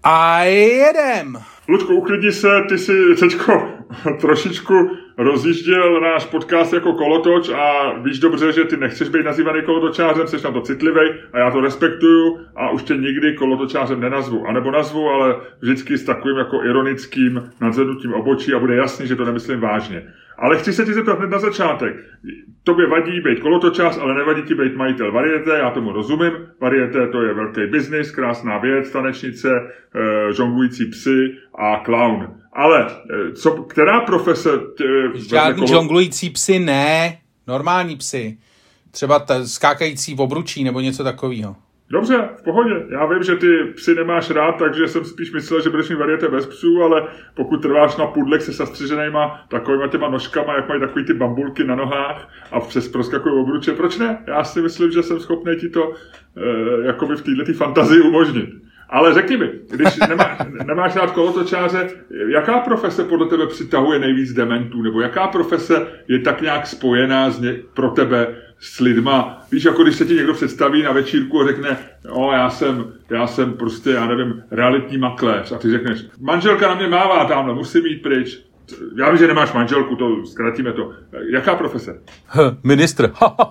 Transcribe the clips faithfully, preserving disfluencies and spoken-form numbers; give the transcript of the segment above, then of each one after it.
A jedem. Ludku, uklidni se, ty si teďko trošičku rozjížděl náš podcast jako kolotoč a víš dobře, že ty nechceš být nazývaný kolotočářem, jsi na to citlivý a já to respektuju a už tě nikdy kolotočářem nenazvu. A nebo nazvu, ale vždycky s takovým jako ironickým nadzvednutím obočí a bude jasný, že to nemyslím vážně. Ale chci se ti zeptat hned na začátek. Tobě vadí být kolotočář, ale nevadí ti být majitel varieté, já tomu rozumím. Varieté to je velký biznis, krásná věc, tanečnice, e, žonglující psy a klaun. Ale e, co, která profese... Tě, žádný kolo... žonglující psy ne, normální psy. Třeba t- skákající v obručí nebo něco takového. Dobře, v pohodě. Já vím, že ty psy nemáš rád, takže jsem spíš myslel, že budeš mít varieté bez psů, ale pokud trváš na pudlech se zastřiženýma takovýma těma nožkama, jak mají takový ty bambulky na nohách a přes proskakují obruče, proč ne? Já si myslím, že jsem schopný ti to e, jakoby v této fantazii umožnit. Ale řekni mi, když nemá, nemáš rád kolotočáře, jaká profese podle tebe přitahuje nejvíc dementů? Nebo jaká profese je tak nějak spojená z ně, pro tebe s lidma? Víš, jako když se ti někdo představí na večírku a řekne, no já jsem, já jsem prostě, já nevím, realitní makléř. A ty řekneš, manželka na mě mává tamhle, musím jít pryč. Já vím, že nemáš manželku, to zkratíme to. Jaká profese? H, ministr.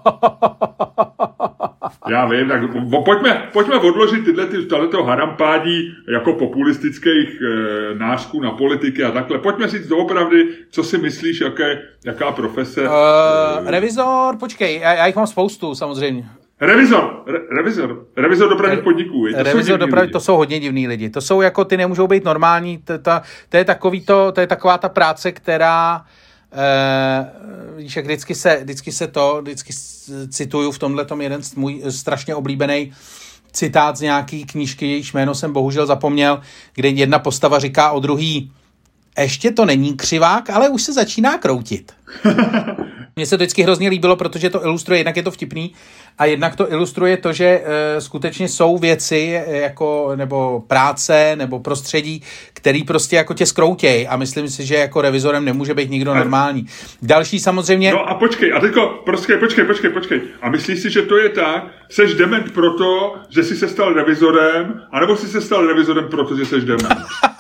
Já vím, tak pojďme, pojďme odložit tyhle ty, tohleto harampádí jako populistických e, nářků na politiky a takhle. Pojďme říct doopravdy, co si myslíš, jaké, jaká profese. Uh, e, revizor, počkej, já, já jich mám spoustu samozřejmě. Revizor, re, revizor, revizor dopravních Re, podniků. To revizor dopravních, to jsou hodně divný lidi. To jsou jako, ty nemůžou být normální, to, to, to, je, takový to, to je taková ta práce, která... Uh, víš, jak vždycky se, vždycky se to, vždycky cituju v tomhletom jeden můj strašně oblíbený citát z nějaký knížky, jejíž jméno jsem bohužel zapomněl, kde jedna postava říká o druhý, ještě to není křivák, ale už se začíná kroutit. Mně se to vždycky hrozně líbilo, protože to ilustruje, jednak je to vtipný a jednak to ilustruje to, že e, skutečně jsou věci jako, nebo práce nebo prostředí, který prostě jako tě skroutěj a myslím si, že jako revizorem nemůže být nikdo normální. Další samozřejmě... No a počkej, a teďko, počkej, počkej, počkej, počkej. A myslíš si, že to je tak? Seš dement proto, že jsi se stal revizorem, anebo jsi se stal revizorem proto, že seš dement?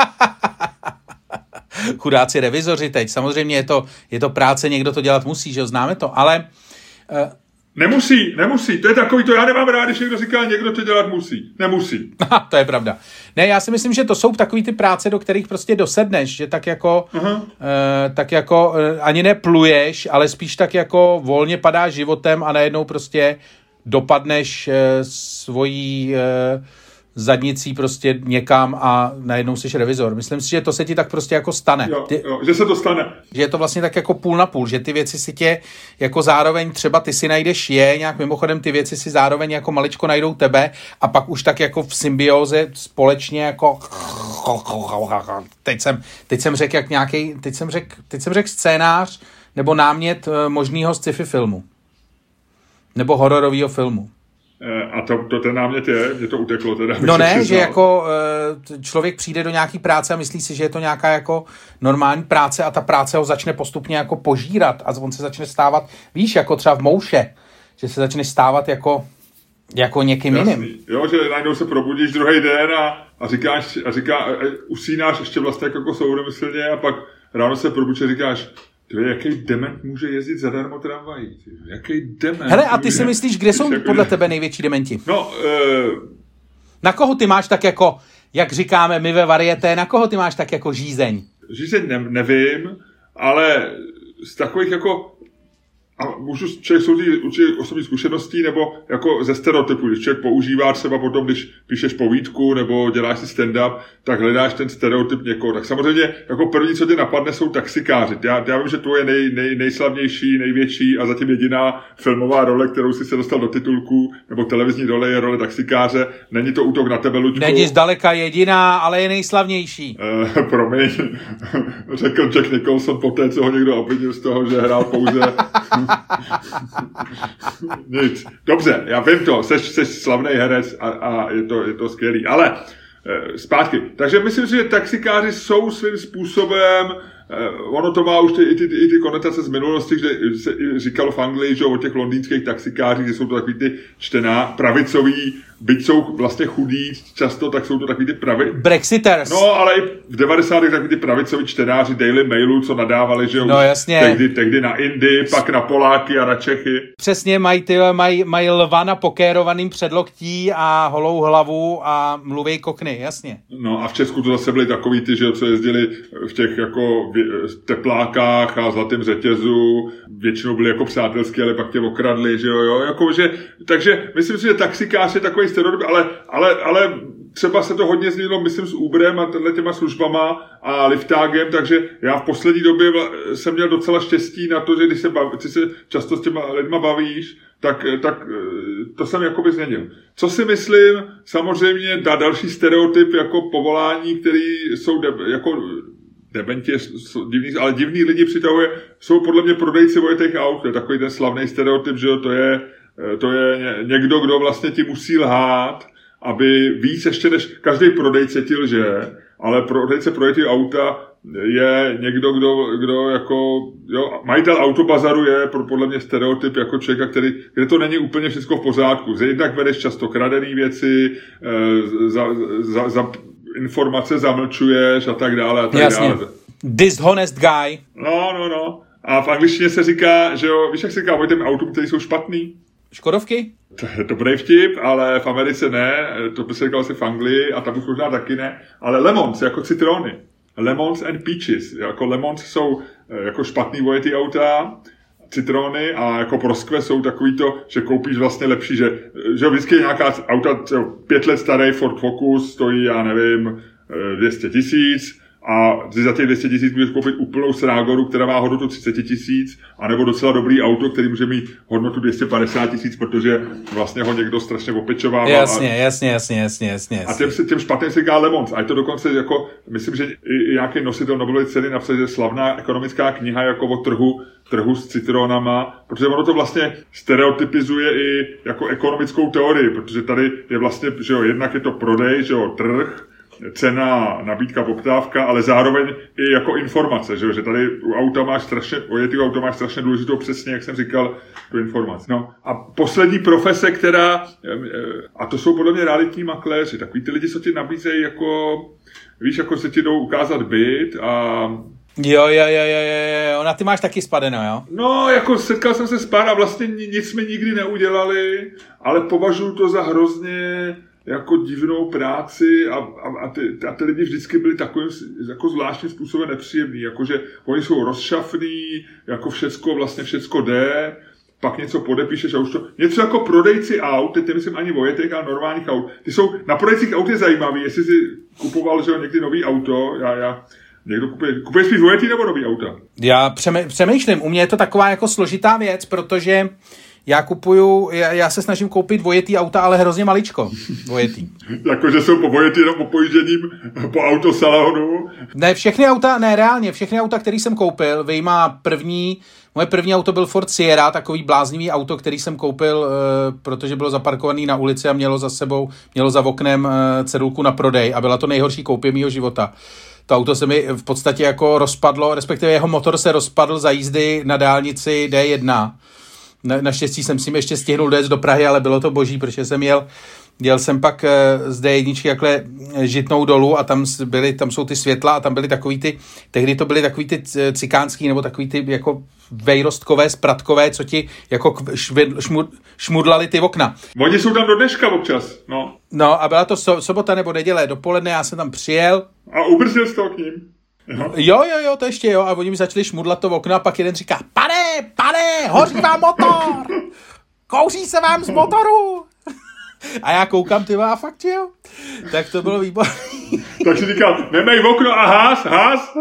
Chudáci revizoři teď. Samozřejmě je to, je to práce, někdo to dělat musí, že jo, známe to, ale... Uh... Nemusí, nemusí. To je takový to, já nemám rád, když někdo říká, někdo to dělat musí. Nemusí. To je pravda. Ne, já si myslím, že to jsou takový ty práce, do kterých prostě dosedneš, že tak jako, uh, tak jako uh, ani nepluješ, ale spíš tak jako volně padáš životem a najednou prostě dopadneš uh, svojí... Uh, zadnicí prostě někam a najednou jsi revizor. Myslím si, že to se ti tak prostě jako stane. Jo, ty, jo, že se to stane. Že je to vlastně tak jako půl na půl, že ty věci si tě jako zároveň třeba ty si najdeš je, nějak mimochodem ty věci si zároveň jako maličko najdou tebe a pak už tak jako v symbioze společně jako teď jsem, teď jsem řekl jak nějaký, teď jsem řekl, teď jsem řekl scénář nebo námět možného sci-fi filmu. Nebo hororového filmu. A to, to ten námět je, mě to uteklo teda. No ne, přiznal. Že jako člověk přijde do nějaký práce a myslí si, že je to nějaká jako normální práce a ta práce ho začne postupně jako požírat a on se začne stávat, víš, jako třeba v Mouše, že se začne stávat jako, jako někým Jasný. jiným. Jo, že najednou se probudíš druhý den a, a říkáš, a říká, a usínáš ještě vlastně jako soudomyslně a pak ráno se probudíš a říkáš, jaký dement může jezdit zadarmo tramvají? Jaký dement? Hele, a ty si myslíš, kde jsou podle tebe největší dementi? No, uh... Na koho ty máš tak jako, jak říkáme my ve varieté, na koho ty máš tak jako žízeň? Žízeň ne, nevím, ale z takových jako a můžu člověk soudit určitě osobní zkušeností nebo jako ze stereotypů, když člověk používá třeba potom, když píšeš povídku nebo děláš si stand-up, tak hledáš ten stereotyp někoho. Tak samozřejmě jako první, co tě napadne, jsou taxikáři. Já, já vím, že to je nej, nej, nejslavnější, největší a zatím jediná filmová role, kterou si se dostal do titulku, nebo televizní role je role taxikáře. Není to útok na tebe, Luďku. Není zdaleka jediná, ale je nejslavnější. Uh, promiň, řekl Jack Nicholson poté, co ho někdo obvinil z toho, že hrál pouze... Nic. Dobře, já vím to, seš, seš slavný herec a, a je, to, je to skvělý, ale e, zpátky. Takže myslím si, že taxikáři jsou svým způsobem, e, ono to má už ty, i, ty, i ty konotace z minulosti, že se říkalo v Anglii, že o těch londýnských taxikářích, že jsou to takový ty čtená, pravicoví byť jsou vlastně chudí často, tak jsou to takový ty pravi... Brexiters. No, ale i v devadesátých takový ty pravicoví čtenáři Daily Mailu, co nadávali, že no, jasně. Tehdy, tehdy na Indii, pak na Poláky a na Čechy. Přesně, mají, ty, mají, mají lva na pokérovaným předloktí a holou hlavu a mluví kokny, jasně. No a v Česku to zase byli takový ty, že co jezdili v těch jako teplákách a zlatém řetězu, většinou byli jako přátelský, ale pak tě okradli, že jo, jo, jako, že, takže myslím si, že taxikář je takový stereotyp, ale, ale, ale třeba se to hodně změnilo, myslím, s Uberem a těma službama a Liftágem, takže já v poslední době jsem měl docela štěstí na to, že když se, bav, ty se často s těma lidma bavíš, tak, tak to jsem jakoby změnil. Co si myslím, samozřejmě dá další stereotyp jako povolání, který jsou de, jako dementi, divný, ale divný lidi přitahuje, jsou podle mě prodejci ojetých aut, to je takový ten slavný stereotyp, že jo, to je, to je někdo, kdo vlastně ti musí lhát, aby víc ještě než každý prodejce ti lže, ale prodejce projetý auta je někdo, kdo, kdo jako, jo, majitel autobazaru je podle mě stereotyp jako člověka, který, kde to není úplně všechno v pořádku. Jednak vedeš často kradený věci, za, za, za informace zamlčuješ a tak dále a tak Jasně. dále. Dishonest guy. No, no, no. A v angličtině se říká, že jo, víš, jak se říká o těm autům, které jsou špatný? Škodovky? To je dobrý vtip, ale v Americe ne, to by se říkalo asi v Anglii a tam už možná taky ne, ale lemons, jako citrony. Lemons and peaches, jako lemons jsou jako špatný vojetý auta, citrony a jako proskve jsou takový to, že koupíš vlastně lepší, že, že vždycky nějaká auta, pět let starý Ford Focus stojí, já nevím, dvě stě tisíc, a ty za těch dvě stě tisíc můžeš koupit úplnou Srágoru, která má hodnotu třicet tisíc, anebo docela dobrý auto, který může mít hodnotu dvě stě padesát tisíc, protože vlastně ho někdo strašně opečovával. Jasně, a, jasně, jasně, jasně, jasně. A těm, těm špatným se říká lemons. A je to dokonce jako, myslím, že i, i nějaký nositel Nobelovy ceny napsal, že slavná ekonomická kniha jako o trhu, trhu s citronama, protože ono to vlastně stereotypizuje i jako ekonomickou teorii, protože tady je vlastně, že jo, jednak je to prodej, že jo, trh, cena, nabídka, poptávka, ale zároveň i jako informace, že, že tady u auta máš strašně, ojetýho auta máš strašně důležitou přesně, jak jsem říkal, tu informaci. No a poslední profese, která, a to jsou podle mě realitní makléři, takový ty lidi, co ti nabízejí jako, víš, jako se ti jdou ukázat byt a... Jo, jo, jo, jo, jo, na ty máš taky spadeno, jo? No, jako setkal jsem se s pár a vlastně nic jsme nikdy neudělali, ale považuji to za hrozně jako divnou práci a, a, a, ty, a ty lidi vždycky byli takovým jako zvláštním způsobem nepříjemný, jakože oni jsou rozšafný, jako všecko, vlastně všecko jde, pak něco podepíšeš a už to, něco jako prodejci aut, teď myslím ani vojetek, ale normálních aut, ty jsou, na prodejcích aut je zajímavý, jestli si kupoval, že jo, někdy nový auto, já, já, někdo kupuje, kupuje spíš vojetý nebo nový auta? Já přemý, přemýšlím, u mě je to taková jako složitá věc, protože já kupuju, já, já se snažím koupit vojetý auta, ale hrozně maličko vojetý. Jakože jsou po vojetý jenom po pojížděním po autosalonu? Ne, všechny auta, ne, reálně, všechny auta, který jsem koupil, vyjma první, moje první auto byl Ford Sierra, takový bláznivý auto, který jsem koupil, uh, protože bylo zaparkovaný na ulici a mělo za sebou, mělo za oknem uh, cedulku na prodej a byla to nejhorší koupě mýho života. To auto se mi v podstatě jako rozpadlo, respektive jeho motor se rozpadl za jízdy na dálnici D jedna. Na, naštěstí jsem si mi ještě stihnul dojet do Prahy, ale bylo to boží, protože jsem jel, jel jsem pak z D jedna jakhle Žitnou dolů a tam byly, tam jsou ty světla a tam byly takový ty, tehdy to byly takový ty cikánský nebo takový ty jako vejrostkové, spratkové, co ti jako švid, šmud, šmudlali ty okna. Oni jsou tam do dneška občas, no. No a byla to so, sobota nebo neděle dopoledne, já jsem tam přijel. A ubrzdil jsi to k ním? Jo. jo, jo, jo, to ještě jo. A oni mi začali šmudlat to okno a pak jeden říká, pane, pane, hoří vám motor, kouří se vám z motoru. A já koukám, ty a fakt, jo. Tak to bylo výborné. Tak si říkal, nemej v okno a ház, ház.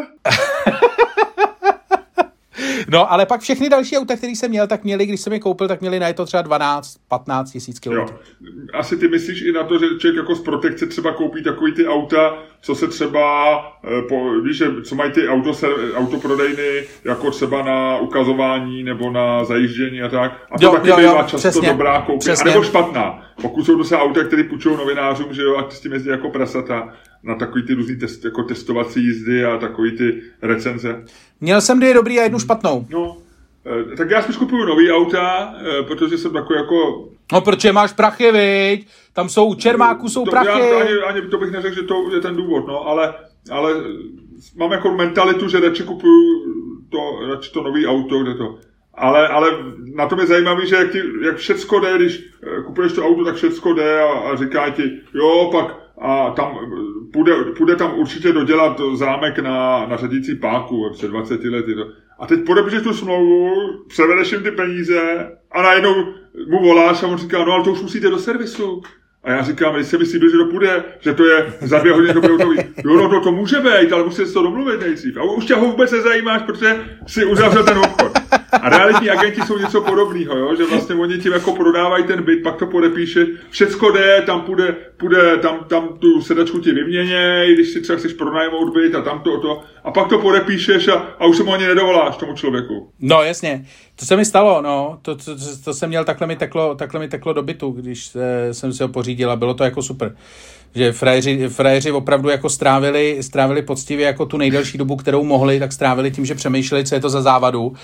No, ale pak všechny další auta, které jsem měl, tak měli, když jsem je koupil, tak měli na to třeba dvanáct patnáct tisíc kilometrů. Asi ty myslíš i na to, že člověk jako z protekce třeba koupí takový ty auta, co se třeba, po, víš, že, co mají ty auto, autoprodejny, jako třeba na ukazování nebo na zajíždění a tak. A to jo, taky jo, bývá jo, často přesně, nebo koupí, anebo špatná. Pokud jsou to se auta, které půjčují novinářům, že jo, a ty s tím jezdí jako prasata na takový ty různý test, jako testovací jízdy a takový ty recenze. Měl jsem dvě dobrý a jednu špatnou. No, tak já spíš kupuju nový auta, protože jsem takový jako... No, protože máš prachy, viď? Tam jsou, u Čermáku jsou to, prachy. Já, ani, ani to bych neřekl, že to je ten důvod, no, ale, ale mám jako mentalitu, že radši kupuju to, radši to nový auto, kde to... Ale, ale na tom je zajímavý, že jak, ti, jak všecko jde, když kupuješ to auto, tak všecko jde a, a říká ti, jo, pak a tam půjde, půjde tam určitě dodělat zámek na, na řadící páku před dvaceti lety. To. A teď podepíšeš tu smlouvu, převedeš jim ty peníze a najednou mu voláš a on říká, no ale to už musíte do servisu. A já říkám, když se mi slíbil, že to půjde, že to je za dvě hodiny to bude hotový. Jo, no to, to může být, ale musíte se to domluvit nejdřív. A už tě ho vůbec nezajímáš, protože si uzavřel ten obchod. A realitní agenti jsou něco podobného, jo? Že vlastně oni ti jako prodávají ten byt, pak to podepíše, všecko jde, tam půjde, půjde tam, tam tu sedačku ti vyměněj, když si třeba chceš pronajmout byt a tam to, to, a pak to podepíšeš a, a už se mu ani nedovoláš tomu člověku. No jasně, to se mi stalo, no, to, to, to, to jsem měl, takhle mi teklo, takhle mi teklo do bytu, když eh, jsem si ho pořídil a bylo to jako super. Že frajeři, frajeři opravdu jako strávili, strávili poctivě jako tu nejdelší dobu, kterou mohli, tak strávili tím, že přemýšleli, co je to za závadu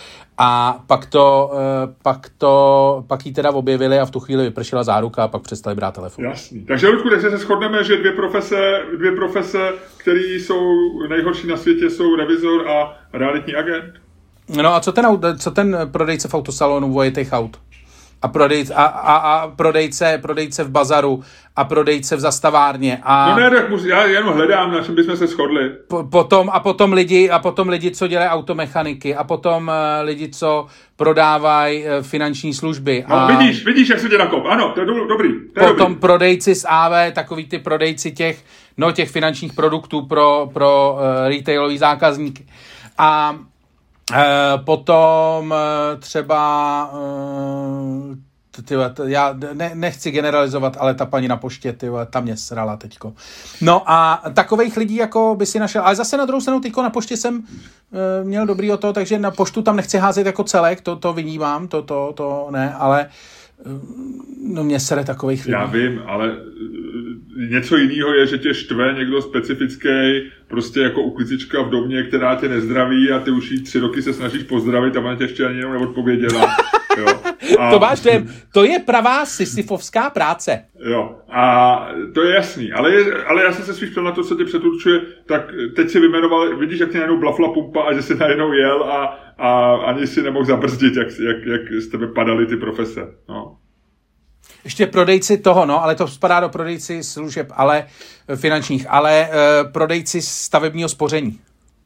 a pak to, pak to, pak jí teda objevili a v tu chvíli vypršela záruka a pak přestali brát telefon. Jasný. Takže Ludku, takže se shodneme, že dvě profese, dvě profese, které jsou nejhorší na světě, jsou revizor a realitní agent. No a co ten, co ten prodejce v autosalonu vojetých aut? A, prodejce, a, a, a prodejce, prodejce v bazaru a prodejce v zastavárně. A no ne, tak musí, já jenom hledám, na čem bychom se shodli. Po, potom, a potom lidi, a potom lidi, co dělají automechaniky, a potom uh, lidi, co prodávají uh, finanční služby. No, a vidíš, vidíš, jak se tě nakop. Ano, to je do, dobrý. To je potom dobrý. Prodejci z á vé, takový ty prodejci těch, no, těch finančních produktů pro, pro uh, retailový zákazníky. A Uh, potom uh, třeba uh, tyhle, já ne, nechci generalizovat, ale ta paní na poště, tyhle, ta mě srala teďko. No a takovejch lidí jako by si našel, ale zase na druhou stranu teďko na poště jsem uh, měl dobrý o to, takže na poštu tam nechci házet jako celek, to, to vnímám, to, to, to ne, ale uh, no mě sere takovejch lidí. Já vím, ale něco jiného je, že tě štve někdo specifický, prostě jako uklizička v domě, která tě nezdraví a ty už jí tři roky se snažíš pozdravit a ona tě ještě ani jenom neodpověděla. Jo. A To máš, to je, to je pravá sisyfovská práce. Jo, a to je jasný, ale, je, ale já jsem se spíš ptal na to, co tě předurčuje, tak teď si vyjmenoval, vidíš, jak tě najednou blafla pumpa a že jsi najednou jel a, a ani si nemohl zabrzdit, jak, jak, jak z tebe padaly ty profese, no. Ještě prodejci toho, no, ale to spadá do prodejci služeb, ale finančních, ale uh, prodejci stavebního spoření.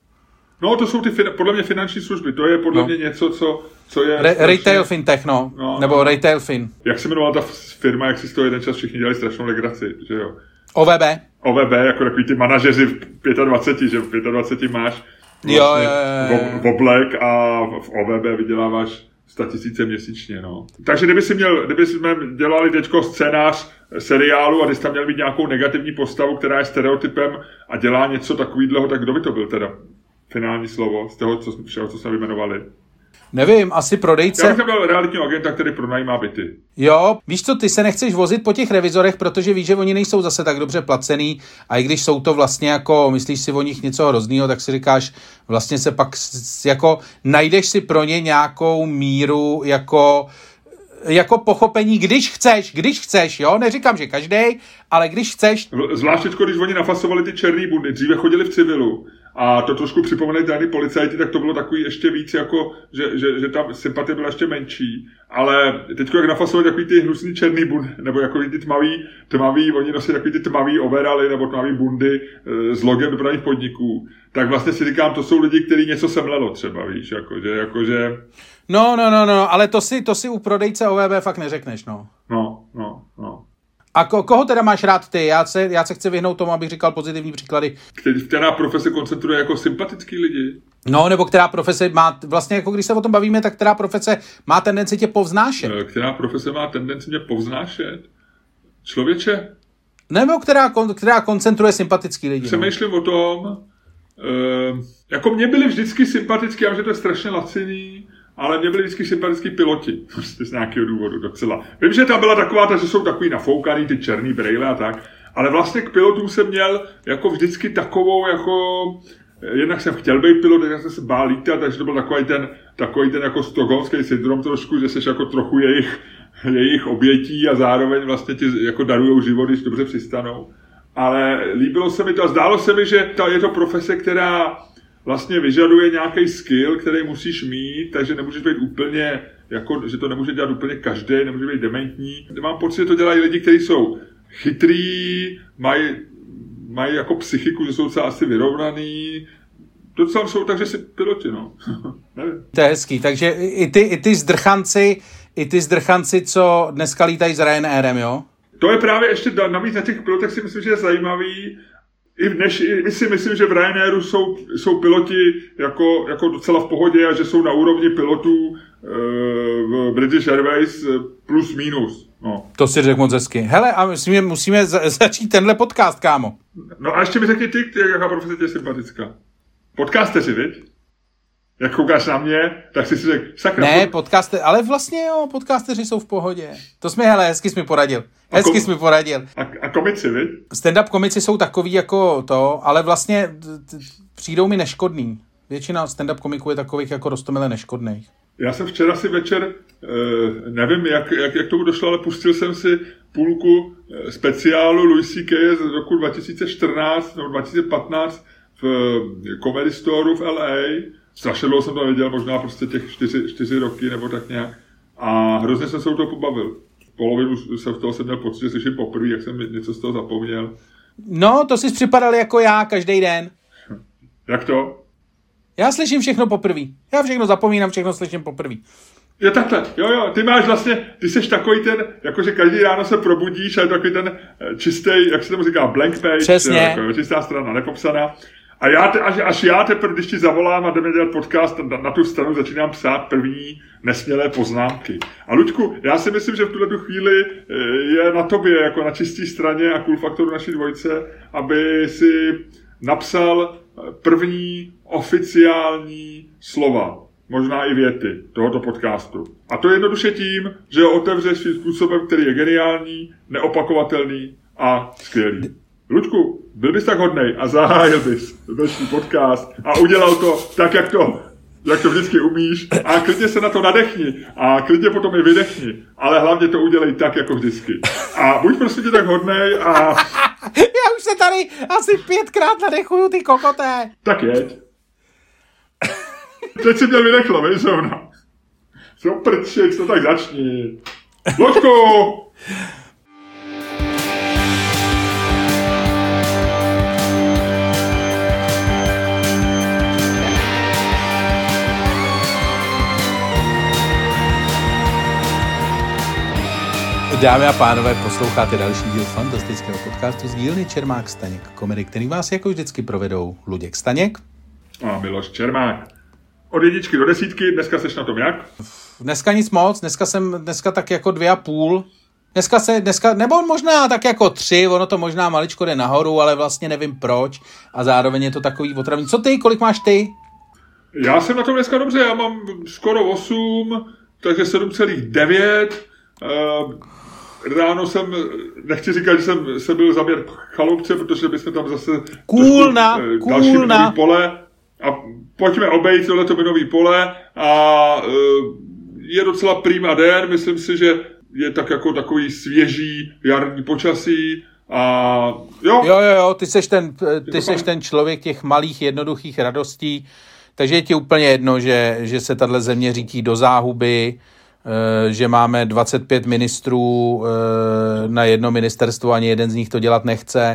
No, to jsou ty, podle mě, finanční služby, to je podle no. mě něco, co, co je... Re- retail fintech, no, no nebo no. Retail fin. Jak se jmenovala ta firma, jak si z toho jeden čas všichni dělali strašnou legraci, že jo? O V B. O V B, jako takový ty manažeři v dvaceti pěti, že v dvaceti pěti máš vlastně jo, jo, jo, jo. v oblek a v O V B vyděláváš sto tisíce měsíčně, no. Takže kdyby si měl, kdyby jsme dělali teďko scénář seriálu a ty jsi tam měl mít nějakou negativní postavu, která je stereotypem a dělá něco takovýhleho, tak kdo by to byl teda? Finální slovo z toho, co, všeho, co jsme vyjmenovali. Nevím, asi prodejce. Já bych tam byl realitního agenta, který pronajímá byty. Jo, víš co, ty se nechceš vozit po těch revizorech, protože víš, že oni nejsou zase tak dobře placený a i když jsou to vlastně jako, myslíš si o nich něco hroznýho, tak si říkáš, vlastně se pak jako najdeš si pro ně nějakou míru jako jako pochopení, když chceš, když chceš, jo, neříkám, že každej, ale když chceš. Zvláště, když oni nafasovali ty černý bundy, dříve chodili v civilu a to trošku připomínají tady policajti, tak to bylo takový ještě víc, jako, že, že, že tam sympatie byla ještě menší, ale teď jak nafasovali takový ty hnusný černý bundy, nebo jako ty tmavý, tmavý, oni nosí takový ty tmavý overaly nebo tmavý bundy e, s logem dopravních podniků, tak vlastně si říkám, to jsou lidi, kteří něco semlelo třeba, víš, jakože, jakože... No, no, no, no, ale to si, to si u prodejce O V B fakt neřekneš, no. No, no, no. A ko- koho teda máš rád ty? Já se, já se chci vyhnout tomu, abych říkal pozitivní příklady. Která profese koncentruje jako sympatický lidi? No, nebo která profese má, vlastně jako když se o tom bavíme, tak která profese má tendenci tě povznášet? Která profese má tendenci mě povznášet? Člověče? Nebo která, která koncentruje sympatický lidi? Přemýšlím no. o tom, e, jako mě byli vždycky sympatický, já vím, že to je strašně laciný, ale mě byli vždycky sympatický piloti, prostě z nějakého důvodu docela. Vím, že tam byla taková ta, že jsou takový nafoukaný, ty černý brejle a tak, ale vlastně k pilotům jsem měl jako vždycky takovou, jako, jednak jsem chtěl být pilot, jednak jsem se bál lítat, takže to byl takový ten, takový ten jako stokholmský syndrom trošku, že jsi jako trochu jejich, jejich obětí a zároveň vlastně ti jako darujou život, když dobře přistanou. Ale líbilo se mi to a zdálo se mi, že to je to profese, která vlastně vyžaduje nějaký skill, který musíš mít, takže nemůžeš být úplně, jako, že to nemůže dělat úplně každý, nemůže být dementní. Mám pocit, že to dělají lidi, kteří jsou chytrý, mají, mají jako psychiku, že jsou docela asi vyrovnaný. Docela jsou takže si piloti, no. Nevím. To je hezký, takže i ty, i ty zdrchanci, i ty zdrchanci, co dneska lítají s Ryanairem, jo? To je právě ještě, navíc na těch pilotech si myslím, že je zajímavý. I, dneš, i si myslím, že v Ryanairu jsou, jsou piloti jako, jako docela v pohodě a že jsou na úrovni pilotů e, v British Airways plus minus. No. To si řekl moc hezky. Hele, a musíme, musíme za, začít tenhle podcast, kámo. No a ještě mi řekni ty, jaká profese tě je sympatická. Podcasteři, viď? Jak koukáš na mě, tak si si řekl, sakra. Ne, podcasteři, ale vlastně jo, podcasteři jsou v pohodě. To jsme, hele, hezky jsi mi poradil. Hezky kom, jsi mi poradil. A, a komici, viď? Stand-up komici jsou takový jako to, ale vlastně t, t, přijdou mi neškodný. Většina stand-up komiků je takových jako roztomile neškodných. Já jsem včera si večer, eh, nevím, jak, jak, jak tomu došlo, ale pustil jsem si půlku eh, speciálu Louis C K z roku dva tisíce čtrnáct nebo dva tisíce patnáct v eh, Comedy Store v L A. Strašně dlouho jsem to neviděl, možná prostě těch čtyři, čtyři roky nebo tak nějak. A hrozně jsem se u toho pobavil. Polovinu jsem v toho jsem měl pocit, že slyším poprvé, jak jsem něco z toho zapomněl. No, to jsi připadal jako já každý den. Jak to? Já slyším všechno poprvé. Já všechno zapomínám, všechno slyším poprvé. Je takhle, jo, jo, ty máš vlastně, ty seš takový ten, jakože každý ráno se probudíš a je takový ten čistý, jak se tomu říká, blank page. Přesně. Jako, čistá strana, nepopsaná. A já te, až, až já teprve, když ti zavolám a jdeme dělat podcast, na, na tu stranu začínám psát první nesmělé poznámky. A Luďku, já si myslím, že v tuhle chvíli je na tobě, jako na čistý straně a cool faktoru naší dvojce, aby si napsal první oficiální slova, možná i věty tohoto podcastu. A to jednoduše tím, že ho otevřeš svým způsobem, který je geniální, neopakovatelný a skvělý. Luďku, byl bys tak hodnej a zahájil bys dnešní podcast a udělal to tak, jak to, jak to vždycky umíš a klidně se na to nadechni a klidně potom i vydechni, ale hlavně to udělej tak, jako vždycky. A buď prostě tak hodnej a... Já už se tady asi pětkrát nadechuju, ty kokoté. Tak jeď. Teď si měl vydechlo, víš, zrovna. Co prček, to tak začni. Luďku! Dámy a pánové, posloucháte další díl fantastického podcastu z dílny Čermák Staněk komedy, který vás jako vždycky provedou Luděk Staněk a Miloš Čermák. Od jedničky do desítky, dneska seš na tom jak? Dneska nic moc, dneska jsem dneska tak jako dvě a půl. Dneska se, dneska, nebo možná tak jako tři, ono to možná maličko jde nahoru, ale vlastně nevím proč a zároveň je to takový otravný. Co ty, kolik máš ty? Já jsem na tom dneska dobře, já mám skoro osm, takže sedm celá devět. Uh, Ráno jsem, nechci říkat, že jsem se byl zaběr chaloupce, protože bychom tam zase Kůlna, trošku, další minový pole a pojďme obejít tohleto minový pole a uh, je docela prima den, myslím si, že je tak jako takový svěží jarní počasí a jo. Jo, jo, jo, ty seš ten, ty seš ten člověk těch malých, jednoduchých radostí, takže je ti úplně jedno, že, že se tahle země řítí do záhuby, že máme dvacet pět ministrů na jedno ministerstvo, ani jeden z nich to dělat nechce,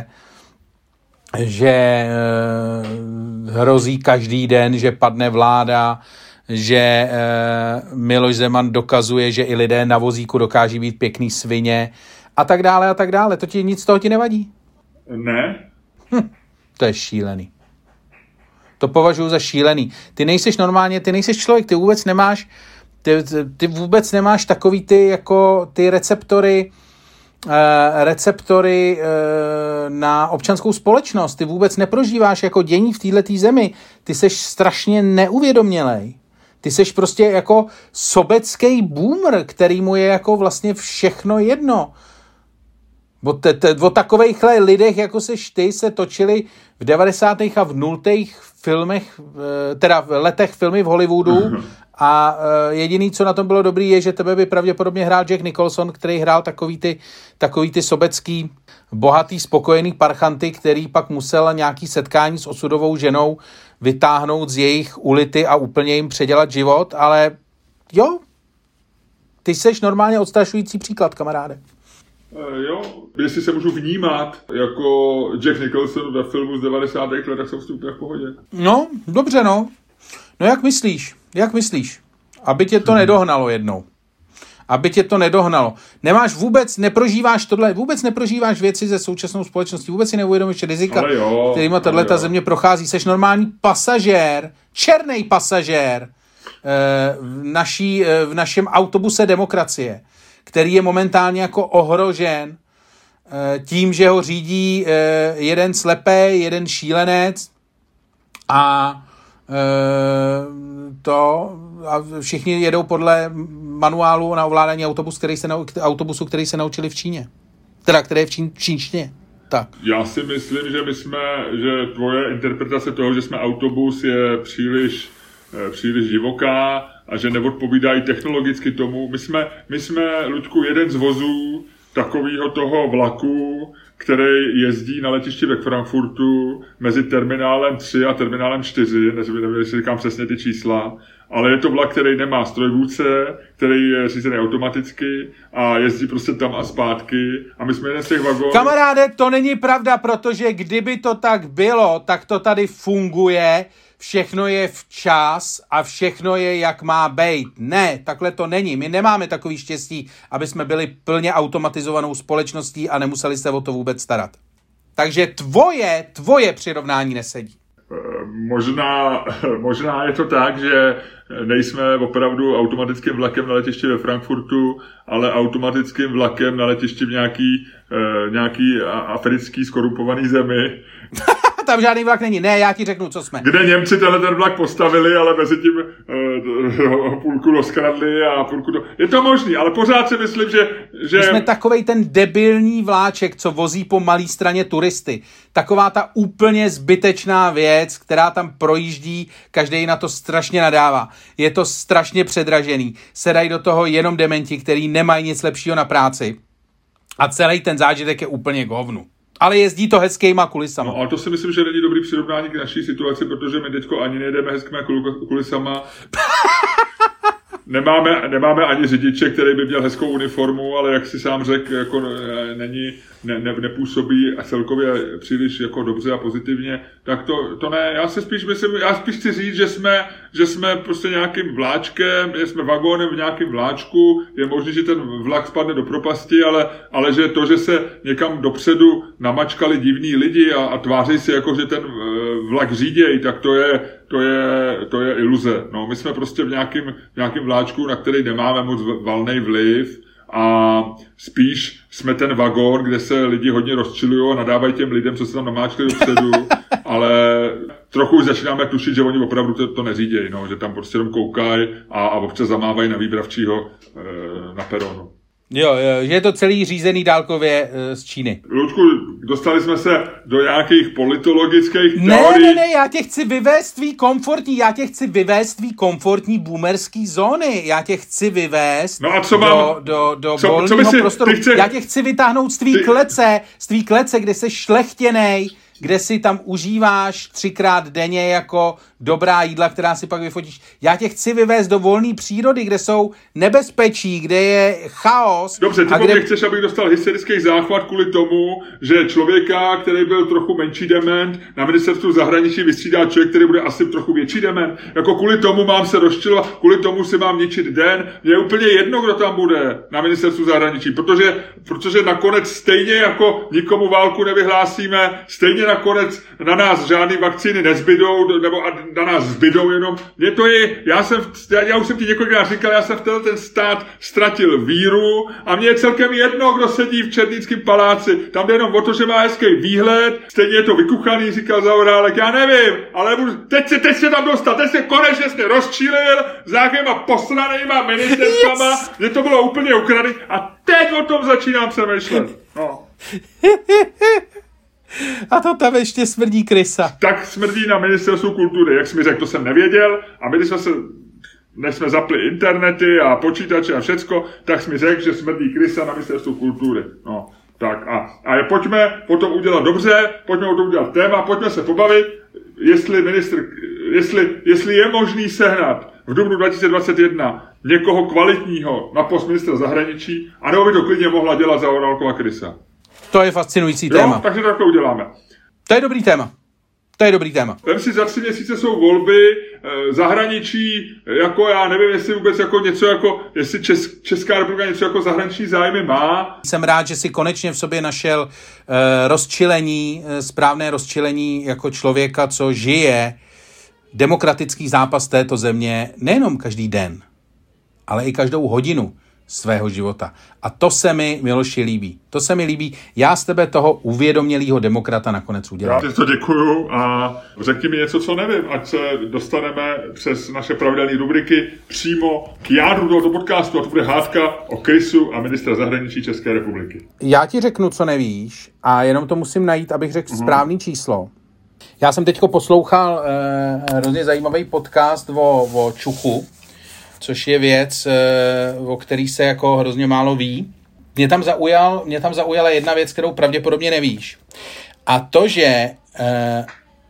že hrozí každý den, že padne vláda, že Miloš Zeman dokazuje, že i lidé na vozíku dokáží být pěkný svině a tak dále a tak dále. To ti nic z toho ti nevadí? Ne. Hm, to je šílený. To považuji za šílený. Ty nejseš normálně, ty nejseš člověk, ty vůbec nemáš Ty, ty vůbec nemáš takový ty jako ty receptory eh, receptory eh, na občanskou společnost. Ty vůbec neprožíváš jako dění v této zemi. Ty seš strašně neuvědomělej. Ty seš prostě jako sobecký boomer, který mu je jako vlastně všechno jedno. O, te, te, o takovejchle lidech, jako seš ty, se točili v devadesátých a v nultých filmech, teda v letech filmy v Hollywoodu A uh, jediný, co na tom bylo dobrý, je, že tebe by pravděpodobně hrál Jack Nicholson, který hrál takový ty, takový ty sobecký, bohatý, spokojený parchanty, který pak musel nějaký setkání s osudovou ženou vytáhnout z jejich ulity a úplně jim předělat život, ale jo, ty seš normálně odstrašující příklad, kamaráde. Uh, jo, jestli se můžu vnímat jako Jack Nicholson ve filmu z devadesátých let, tak jsem s tím úplně v pohodě. No, dobře, no. No jak myslíš? Jak myslíš? Aby tě to nedohnalo jednou. Aby tě to nedohnalo. Nemáš vůbec, neprožíváš tohle, vůbec neprožíváš věci ze současnou společností, vůbec si neuvědomíš rizika, kterýma tato země prochází. Seš normální pasažér, černý pasažér v, naší, v našem autobuse demokracie, který je momentálně jako ohrožen tím, že ho řídí jeden slepej, jeden šílenec a to a všichni jedou podle manuálu na ovládání autobus, který se, autobusu, který se naučili v Číně. Teda, který je v čín, čínštině. Tak. Já si myslím, že my jsme, že tvoje interpretace toho, že jsme autobus, je příliš, příliš divoká a že neodpovídají technologicky tomu. My jsme, my jsme, Luďku, jeden z vozů takového toho vlaku, který jezdí na letišti ve Frankfurtu mezi terminálem tři a terminálem čtyři, nevím, jestli říkám přesně ty čísla, ale je to vlak, který nemá strojvůdce, který je řízený automaticky a jezdí prostě tam a zpátky a my jsme jeden z těch vagónů. Kamaráde, to není pravda, protože kdyby to tak bylo, tak to tady funguje, všechno je včas a všechno je, jak má být. Ne, takhle to není. My nemáme takový štěstí, aby jsme byli plně automatizovanou společností a nemuseli se o to vůbec starat. Takže tvoje, tvoje přirovnání nesedí. Možná, možná je to tak, že nejsme opravdu automatickým vlakem na letišti ve Frankfurtu, ale automatickým vlakem na letišti v nějaký, eh, nějaký africký skorumpovaný zemi. Tam žádný vlak není. Ne, já ti řeknu, co jsme. Kde Němci tenhle ten vlak postavili, ale mezi tím uh, půlku rozkradli a půlku to... Je to možný, ale pořád si myslím, že... že... My jsme takovej ten debilní vláček, co vozí po malý straně turisty. Taková ta úplně zbytečná věc, která tam projíždí, každý na to strašně nadává. Je to strašně předražený. Sedají do toho jenom dementi, který nemají nic lepšího na práci. A celý ten zážitek je úplně k hovnu. Ale jezdí to hezkýma kulisama. No, ale to si myslím, že není dobrý přirovnání k naší situaci, protože my teďko ani nejdeme hezkýma kulisama. Nemáme, nemáme ani řidiče, který by měl hezkou uniformu, ale jak si sám řekl, jako není, ne, ne, nepůsobí a celkově příliš jako dobře a pozitivně, tak to, to ne. Já se spíš myslím, já spíš chci říct, že jsme, že jsme prostě nějakým vláčkem, že jsme vagónem v nějakém vláčku, je možné, že ten vlak spadne do propasti, ale, ale že to, že se někam dopředu namačkali divní lidi a, a tváří se jako, že ten vlak řídějí, tak to je, to je, to je iluze. No, my jsme prostě v nějakém, v nějakém vláčku, na který nemáme moc valný vliv a spíš jsme ten vagón, kde se lidi hodně rozčilují a nadávají těm lidem, co se tam namáčkli dopředu, ale trochu už začínáme tušit, že oni opravdu to, to neřídějí, no, že tam prostě jenom koukají a, a občas zamávají na výbravčího e, na peronu. Jo, jo, že je to celý řízený dálkově e, z Číny. Luďku, dostali jsme se do nějakých politologických ne, teorií. Ne, ne, já tě chci vyvést tvý komfortní, já tě chci vyvést tvý komfortní boomerský zóny. Já tě chci vyvést no a co do, mám, do, do co, volného co si, prostoru. chce... Já tě chci vytáhnout z tvý ty... klece, z tvý klece, kde jsi šlechtěnej, kde si tam užíváš třikrát denně jako dobrá jídla, která si pak vyfotíš. Já tě chci vyvést do volné přírody, kde jsou nebezpečí, kde je chaos. Dobře, ty a kde... chceš, abych dostal hysterický záchvat kvůli tomu, že člověka, který byl trochu menší dement, na ministerstvu zahraničí vystřídá člověk, který bude asi trochu větší dement. Jako kvůli tomu mám se rozčilovat, kvůli tomu si mám ničit den. Mně je úplně jedno, kdo tam bude na ministerstvu zahraničí, protože, protože nakonec stejně jako nikomu válku nevyhlásíme, stejně nakonec na nás žádný vakcíny nezbydou, nebo na nás zbydou jenom. Mě to je, já jsem, já, já už jsem ti několikrát říkal, já jsem v tenhle ten stát ztratil víru a mě je celkem jedno, kdo sedí v Černínském paláci. Tam jde jenom o to, že má hezký výhled, stejně je to vykuchaný, říkal Zaorálek, já nevím, ale teď se, teď se tam dostal, teď se konečně jste rozčílil s nějakýma posranýma ministerstvama, yes. Mě to bylo úplně ukradený a teď o tom začínám přemýšlet. No. A to tam ještě smrdí krysa. Tak smrdí na ministerstvu kultury, jak jsi mi řekl, to jsem nevěděl. A my, když jsme se než jsme zapli internety a počítače a všecko, tak jsi mi řekl, že smrdí krysa na ministerstvu kultury. No, tak a, a je, pojďme potom udělat dobře, pojďme o tom udělat téma, pojďme se pobavit, jestli ministr, jestli, jestli je možný sehnat v dubnu dva tisíce dvacet jedna někoho kvalitního na post ministra zahraničí, anebo by to klidně mohla dělat Zaorálkova krysa. To je fascinující téma. Jo, takže to takhle uděláme. To je dobrý téma. To je dobrý téma. Vem si, za tři měsíce jsou volby, e, zahraničí, jako já nevím, jestli vůbec jako něco jako, jestli Čes, Česká republika něco jako zahraniční zájmy má. Jsem rád, že si konečně v sobě našel e, rozčilení, e, správné rozčilení jako člověka, co žije demokratický zápas této země nejenom každý den, ale i každou hodinu svého života. A to se mi, Miloši, líbí. To se mi líbí. Já z tebe toho uvědomělého demokrata nakonec udělám. Já ti to děkuju a řekni mi něco, co nevím, ať se dostaneme přes naše pravidelné rubriky přímo k jádru tohoto podcastu, a to bude hádka o krysu a ministra zahraničí České republiky. Já ti řeknu, co nevíš, a jenom to musím najít, abych řekl uh-huh. správný číslo. Já jsem teďko poslouchal eh, hrozně zajímavý podcast o, o čuchu, což je věc, o který se jako hrozně málo ví. Mě tam, zaujal, mě tam zaujala jedna věc, kterou pravděpodobně nevíš. A to, že eh,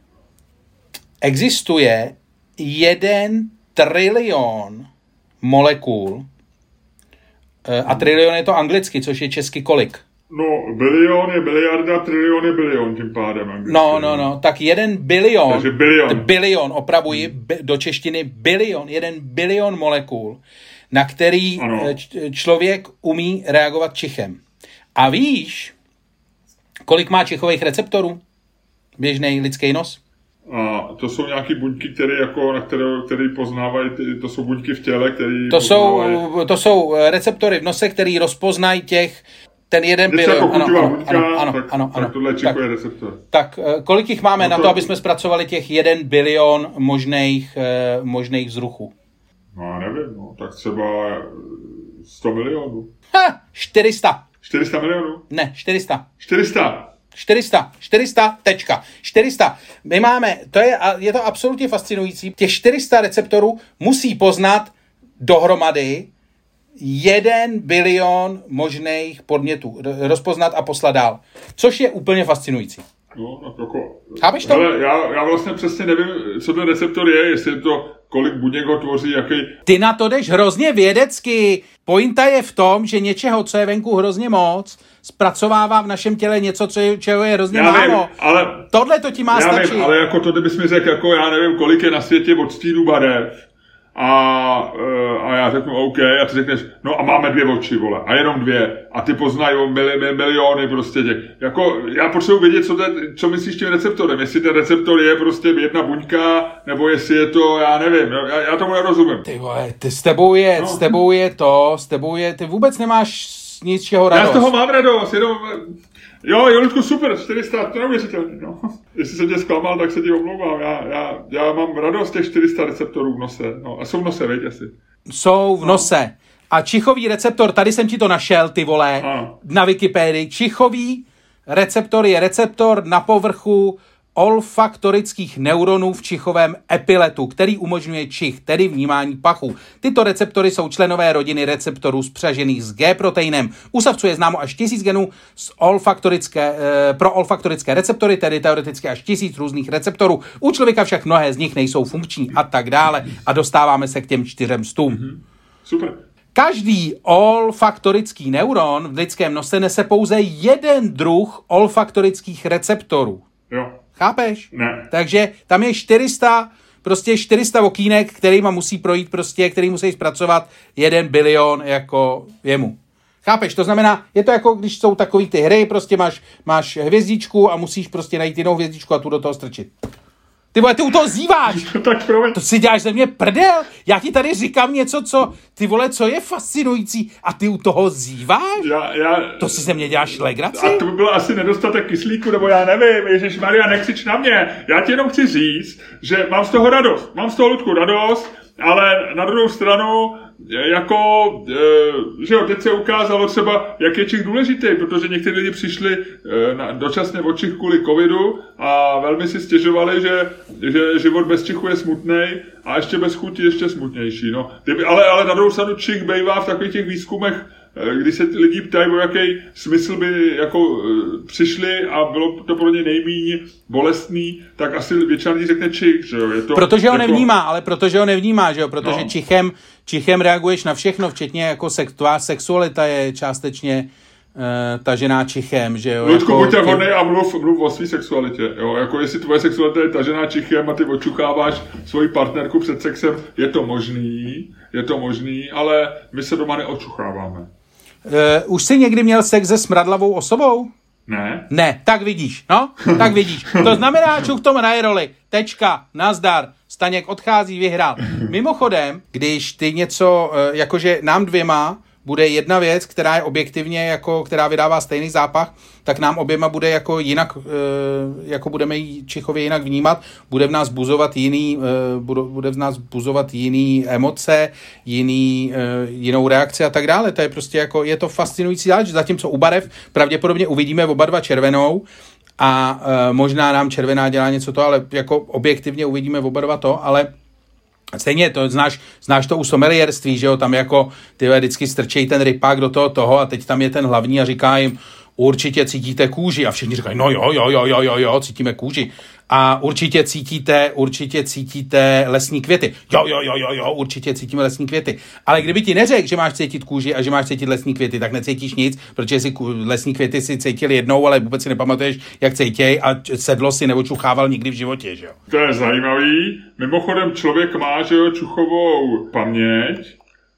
existuje jeden trilion molekul, eh, a trilion je to anglicky, což je česky kolik? No, bilion je biliarda, trilion je bilion tím pádem. Anglicky. No, no, no, tak jeden bilion, Takže bilion. bilion, opravuji, hmm. do češtiny bilion, jeden bilion molekul, na který č- člověk umí reagovat čichem. A víš, kolik má čichových receptorů běžný lidský nos? A to jsou nějaký buňky, které jako, na které, které poznávají, to jsou buňky v těle, které to jsou, to jsou receptory v nose, které rozpoznají těch ten jeden bilion. Jako ano, ano, buňka, ano, ano, tak, ano, ano. Tak tohle tak, je receptor. Tak kolik jich máme no to, na to, aby jsme zpracovali těch jeden bilion možných, eh, možných vzruchů? No já nevím, no, tak třeba sto milionů. Ha, čtyři sta. čtyři sta milionů? Ne, čtyři sta. čtyři sta. čtyři sta, čtyři sta, tečka. čtyři sta. My máme, to je, je to absolutně fascinující, těch čtyři sta receptorů musí poznat dohromady jeden bilion možných podnětů, rozpoznat a poslat dál. Což je úplně fascinující. No, tak jako... Chápeš to? Hele, já, já vlastně přesně nevím, co ten receptor je, jestli je to, kolik buněk ho tvoří, jaký... Ty na to jdeš hrozně vědecky. Pointa je v tom, že něčeho, co je venku hrozně moc, zpracovává v našem těle něco, co je, čeho je hrozně já málo. Vím, ale... Tohle to ti má já stačit. Vím, ale jako to, kdybys mi řekl, jako já nevím, kolik je na světě odstínu barev, A, a já řeknu OK, a ty řekneš, no a máme dvě oči, vole, a jenom dvě, a ty poznají mili, miliony prostě těch. Jako, já potřebuji vědět, co, ten, co myslíš tím receptorem, jestli ten receptor je prostě jedna buňka, nebo jestli je to, já nevím, já, já tomu nerozumím. Ty vole, ty s tebou je, no. s tebou je to, s tebou je, ty vůbec nemáš nic čeho radost. Já z toho mám radost, jenom... Jo, Jolitku, super, čtyři sta, to neuvěřitelné, no. Jestli jsem tě zklamal, tak se ti omlouvám. Já, já, já mám radost těch čtyři sta receptorů v nose. No, a jsou v nose, veď asi. Jsou v nose. A čichový receptor, tady jsem ti to našel, ty vole, ano. Na Wikipedii. Čichový receptor je receptor na povrchu olfaktorických neuronů v čichovém epiletu, který umožňuje čich, tedy vnímání pachu. Tyto receptory jsou členové rodiny receptorů spřažených s G-proteinem. U savců je známo až tisíc genů z olfaktorické, e, pro olfaktorické receptory, tedy teoreticky až tisíc různých receptorů. U člověka však mnohé z nich nejsou funkční a tak dále. A dostáváme se k těm čtyřem stům. Mm-hmm. Super. Každý olfaktorický neuron v lidském nose nese pouze jeden druh olfaktorických receptorů. Jo. Chápeš? Ne. Takže tam je čtyři sta, prostě čtyři sta okýnek, kterýma musí projít prostě, který musí zpracovat jeden bilion jako jemu. Chápeš? To znamená, je to jako, když jsou takový ty hry, prostě máš, máš hvězdičku a musíš prostě najít jinou hvězdičku a tu do toho strčit. Ty vole, ty u toho zíváš. Tak promiň. To si děláš ze mě prdel. Já ti tady říkám něco, co, ty vole, co je fascinující a ty u toho zíváš? Já, já... To si ze mě děláš legraci? A to by byl asi nedostatek kyslíku, nebo já nevím, ježišmarja, nekřič na mě. Já ti jenom chci říct, že mám z toho radost. Mám z toho, Ludku, radost, ale na druhou stranu jako, že jo, teď se ukázalo třeba, jak je čich důležitý, protože někteří lidi přišli na, dočasně od čich kvůli covidu a velmi si stěžovali, že, že život bez čichu je smutnej a ještě bez chuti ještě smutnější. No. Ale, ale na druhou stranu čich bývá v takových těch výzkumech, když se lidi ptají, o jaký smysl by jako přišli a bylo to pro ně nejméně bolestný, tak asi většina lidí řekne čich, že jo. Je to protože ho jako... nevnímá, ale protože ho nevnímá, že jo, protože no. čichem, čichem reaguješ na všechno, včetně jako sex, tvá sexualita je částečně uh, tažená čichem, že jo. Luďku, jako buď tak hodnej a mluv, mluv o svý sexualitě, jo, jako jestli tvoje sexualita je tažená čichem a ty očucháváš svoji partnerku před sexem, je to možný, je to možný, ale my se doma neočucháváme. Uh, už jsi někdy měl sex se smradlavou osobou? Ne. Ne, tak vidíš, no, tak vidíš. To znamená, čuch tomu hraje roli. Tečka, nazdar, Staněk odchází, vyhrál. Mimochodem, když ty něco, jakože nám dvěma bude jedna věc, která je objektivně, jako, která vydává stejný zápach, tak nám oběma bude jako jinak, jako budeme ji čichově jinak vnímat, bude v nás buzovat jiný, bude v nás buzovat jiný emoce, jiný, jinou reakci a tak dále. To je prostě jako, je to fascinující záležitost. Zatímco u barev pravděpodobně uvidíme oba dva červenou a možná nám červená dělá něco to, ale jako objektivně uvidíme oba dva to, ale stejně to znáš, znáš to u somelierství, že jo, tam jako ty vždycky strčejí ten rypák do toho toho a teď tam je ten hlavní a říká jim, určitě cítíte kůži a všichni říkají, no jo, jo, jo, jo, jo, jo, cítíme kůži. A určitě cítíte, určitě cítíte lesní květy. Jo, jo, jo, jo, jo, určitě cítíme lesní květy. Ale kdyby ti neřekl, že máš cítit kůži a že máš cítit lesní květy, tak necítíš nic, protože si lesní květy si cítil jednou, ale vůbec si nepamatuješ, jak cítěj a sedlo si nebo čuchával nikdy v životě, že jo. To je zajímavý. Mimochodem člověk má, že jo, čuchovou paměť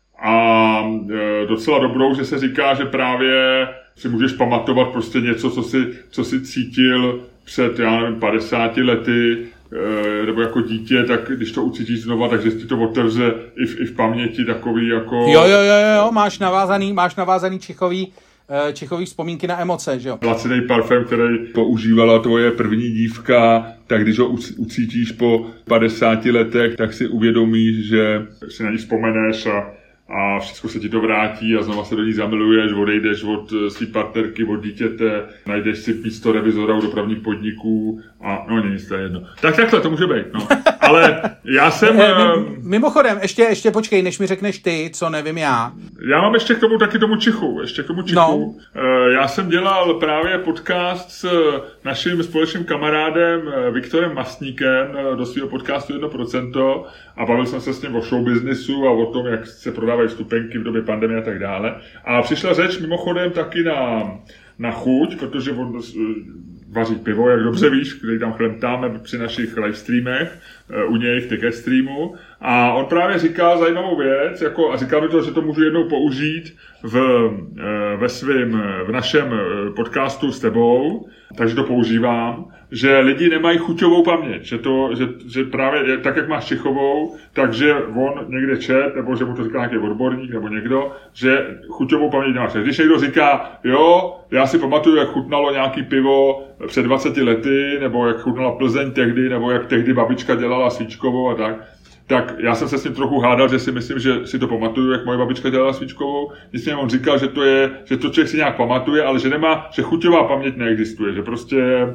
a e, docela dobrou, že se říká, že právě si můžeš pamatovat prostě něco, co si, co si cítil před, já nevím, padesáti lety, e, nebo jako dítě, tak když to ucítíš znova, takže ti to otevře i v, i v paměti takový jako... Jo, jo, jo, jo, máš navázaný, máš navázaný čichový, čichový vzpomínky na emoce, že jo. Lacinej parfém, který používala tvoje první dívka, tak když ho ucítíš po padesáti letech, tak si uvědomíš, že si na ní vzpomeneš a a všechno se ti to vrátí a znova se do ní zamiluješ, odejdeš od svý partnerky, od dítěte, najdeš si místo revizora u dopravních podniků a no nic, to je jedno. Tak takhle to může být, no. Ale já jsem... Mimochodem, ještě, ještě počkej, než mi řekneš ty, co nevím já. Já mám ještě k tomu taky tomu čichu, ještě k tomu čichu. No. Já jsem dělal právě podcast s naším společným kamarádem Viktorem Mastníkem do svého podcastu jedno procento a bavil jsem se s ním o showbiznisu a o tom, jak se prodávají vstupenky v době pandemie a tak dále. A přišla řeč mimochodem taky na, na chuť, protože on vaří pivo, jak dobře víš, který tam chlemtáme při našich livestreamech, u něj v ticket streamu. A on právě říká zajímavou věc, jako, a říká mi to, že to můžu jednou použít v, ve svým, v našem podcastu s tebou, takže to používám, že lidi nemají chuťovou paměť, že, to, že, že právě tak, jak máš čichovou, takže on někde čet, nebo že mu to říká nějaký odborník, nebo někdo, že chuťovou paměť nemáš. Když někdo říká, jo, já si pamatuju, jak chutnalo nějaký pivo před dvaceti lety, nebo jak chutnala Plzeň tehdy, nebo jak tehdy babička dělala svíčkovou a tak, tak já jsem se s tím trochu hádal, že si myslím, že si to pamatuju, jak moje babička dělala svíčkovou. Nicméně on říkal, že to je, že to člověk si nějak pamatuje, ale že nemá, že chuťová paměť neexistuje, že prostě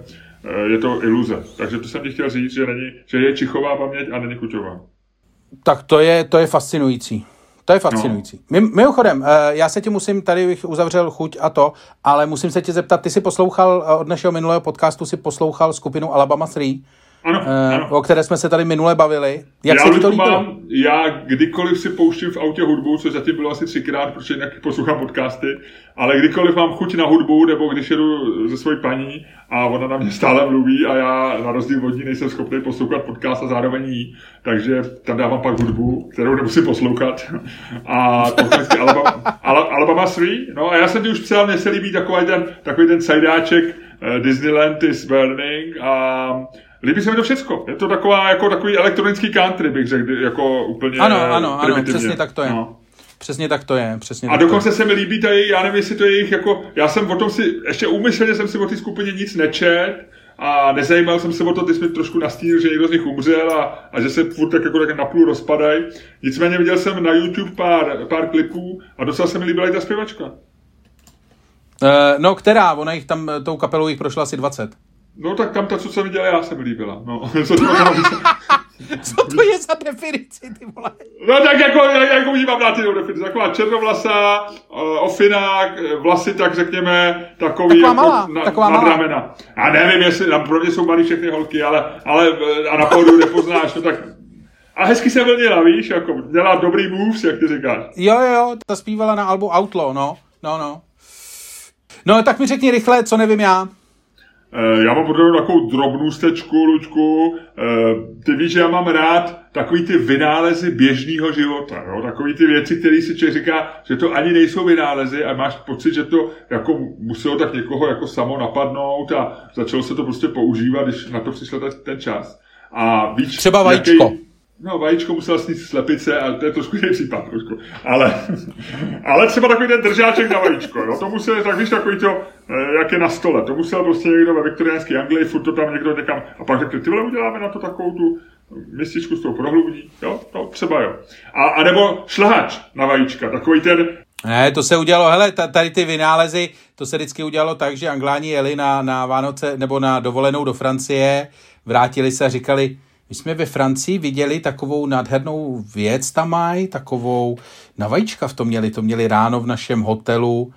je to iluze. Takže to jsem ti chtěl říct, že, není, že je čichová paměť a není chuťová. Tak to je, to je fascinující. To je fascinující. No. Mimochodem, já se ti musím, tady uzavřel chuť a to, ale musím se tě zeptat, ty jsi poslouchal, od našeho minulého podcastu si poslouchal skupinu Alabama tři, ano, ano. o které jsme se tady minule bavili. Jak já se ti to líbilo? Mám, já kdykoliv si pouštím v autě hudbu, což zatím bylo asi třikrát, protože jinak poslouchám podcasty, ale kdykoliv mám chuť na hudbu, nebo když jedu ze svojí paní a ona na mě stále mluví a já na rozdíl od ní nejsem schopný poslouchat podcast a zároveň jí, takže tam dávám pak hudbu, kterou nemusím poslouchat. A to Alabama, Alabama tři, no a já jsem ti už psal, mně se líbí takový ten, takový ten sajdáček uh, Disneyland is burning a líbí se mi to všecko. Je to taková, jako takový elektronický country, bych řekl, jako úplně ano, ano, ano, přesně tak to je. No. Přesně tak to je. Přesně a dokonce se mi líbí tady, já nevím, jestli to je jejich, jako, já jsem o tom si, ještě úmyslně jsem si o té skupině nic nečet a nezajímal jsem se o to, ty jsi mi trošku nastínil, že někdo z nich umřel a, a že se furt tak jako tak napůl rozpadají. Nicméně viděl jsem na YouTube pár, pár klipů a docela se mi líbila i ta zpěvačka. Uh, no, která? Ona jich tam, tou kapelou jich prošla asi dvacet. No tak tam ta, co jsem viděl, já se mi líbila. No, co to je za definici, ty vole? No tak jako, jako vnímám na ty definici. Taková černovlasá, ofinák, vlasy, tak řekněme, takový taková jako malá, na, taková nad malá. ramena. Já nevím, jestli, tam pro mě jsou malý všechny holky, ale, ale a na pódiu nepoznáš, no tak... A hezky se vlnila, víš, jako dělá dobrý moves, jak ty říkáš. Jo, jo, ta zpívala na albu Outlaw, no, no, no. No, tak mi řekni rychle, co nevím já. Já mám podobnou takovou drobnou stečku, Luďku. Ty víš, že já mám rád takový ty vynálezy běžného života. Jo? Takový ty věci, které si člověk říká, že to ani nejsou vynálezy a máš pocit, že to jako muselo tak někoho jako samo napadnout a začalo se to prostě používat, když na to přišel ten čas. A víš, třeba vajíčko. Jaký... No, vajíčko musela snít slepice, ale to je trošku jiný případ, trošku. Ale, ale třeba takový ten držáček na vajíčko, jo, to musel, tak víš, takový to, jak je na stole, to musel prostě někdo ve viktoriánské Anglii, furt to tam někdo někam, a pak řekli, ty vole, uděláme na to takovou tu mističku s tou prohlubní, jo, to třeba jo. A, a nebo šlehač na vajíčka, takový ten... Ne, to se udělalo, hele, tady ty vynálezy, to se vždycky udělalo tak, že Angláni jeli na, na Vánoce, nebo na dovolenou do Francie, vrátili se a říkali, my jsme ve Francii viděli takovou nádhernou věc tam mají, takovou, na vajíčka v tom měli, to měli ráno v našem hotelu,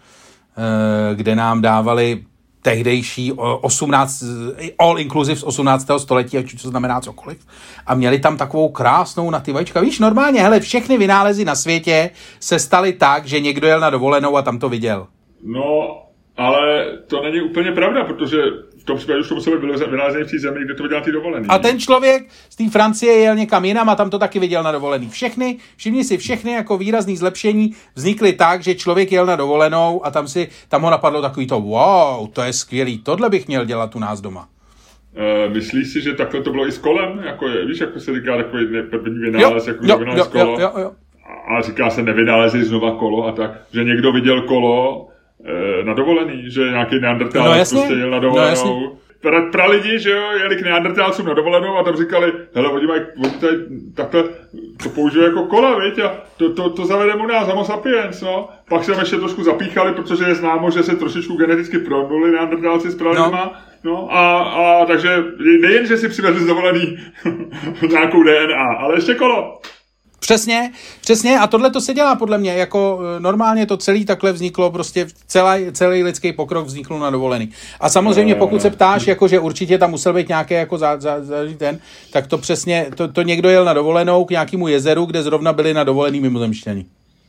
kde nám dávali tehdejší osmnáct, all inclusive z osmnáctého století, ať to znamená cokoliv, a měli tam takovou krásnou na ty vajíčka. Víš, normálně, hele, všechny vynálezy na světě se staly tak, že někdo jel na dovolenou a tam to viděl. No, ale to není úplně pravda, protože v tom případě už to muselo být vynálezený v té zemi, kde to viděl ty dovolený. A ten člověk z té Francie jel někam jinam a tam to taky viděl na dovolený. Všechny, všimni si, všechny jako výrazný zlepšení vznikly tak, že člověk jel na dovolenou a tam si, tam ho napadlo takový to, wow, to je skvělý, tohle bych měl dělat u nás doma. Uh, myslíš si, že takhle to bylo i s kolem? Jako je, víš, jako se říká takový první vynález, jo, jako jo, vynález jo, kolo. Jo, jo, jo. A říká se nevynálezí znova kolo a tak, že někdo viděl kolo na dovolený, že nějaký neandertálec no, prostě jel na dovolenou. No, pra, pra lidi, že jo, jeli k neandertálcům na dovolenou a tam říkali, hele, oni mají, oni tady takhle to používají jako kola, viď, a to, to, to zavedeme u nás, homo sapiens, no. Pak se tam ještě trošku zapíchali, protože je známo, že se trošičku geneticky pronuli neandertálci s pralidima, no. no a, a takže nejen, že si přivezli z dovolený nějakou D N A, ale ještě kolo. Přesně, přesně a tohle to se dělá podle mě, jako normálně to celý takhle vzniklo, prostě celý, celý lidský pokrok vznikl na dovolený. A samozřejmě pokud se ptáš, jako že určitě tam musel být nějaký jako za, za, za ten, tak to přesně, to, to někdo jel na dovolenou k nějakému jezeru, kde zrovna byli na dovolený mimozemšťani.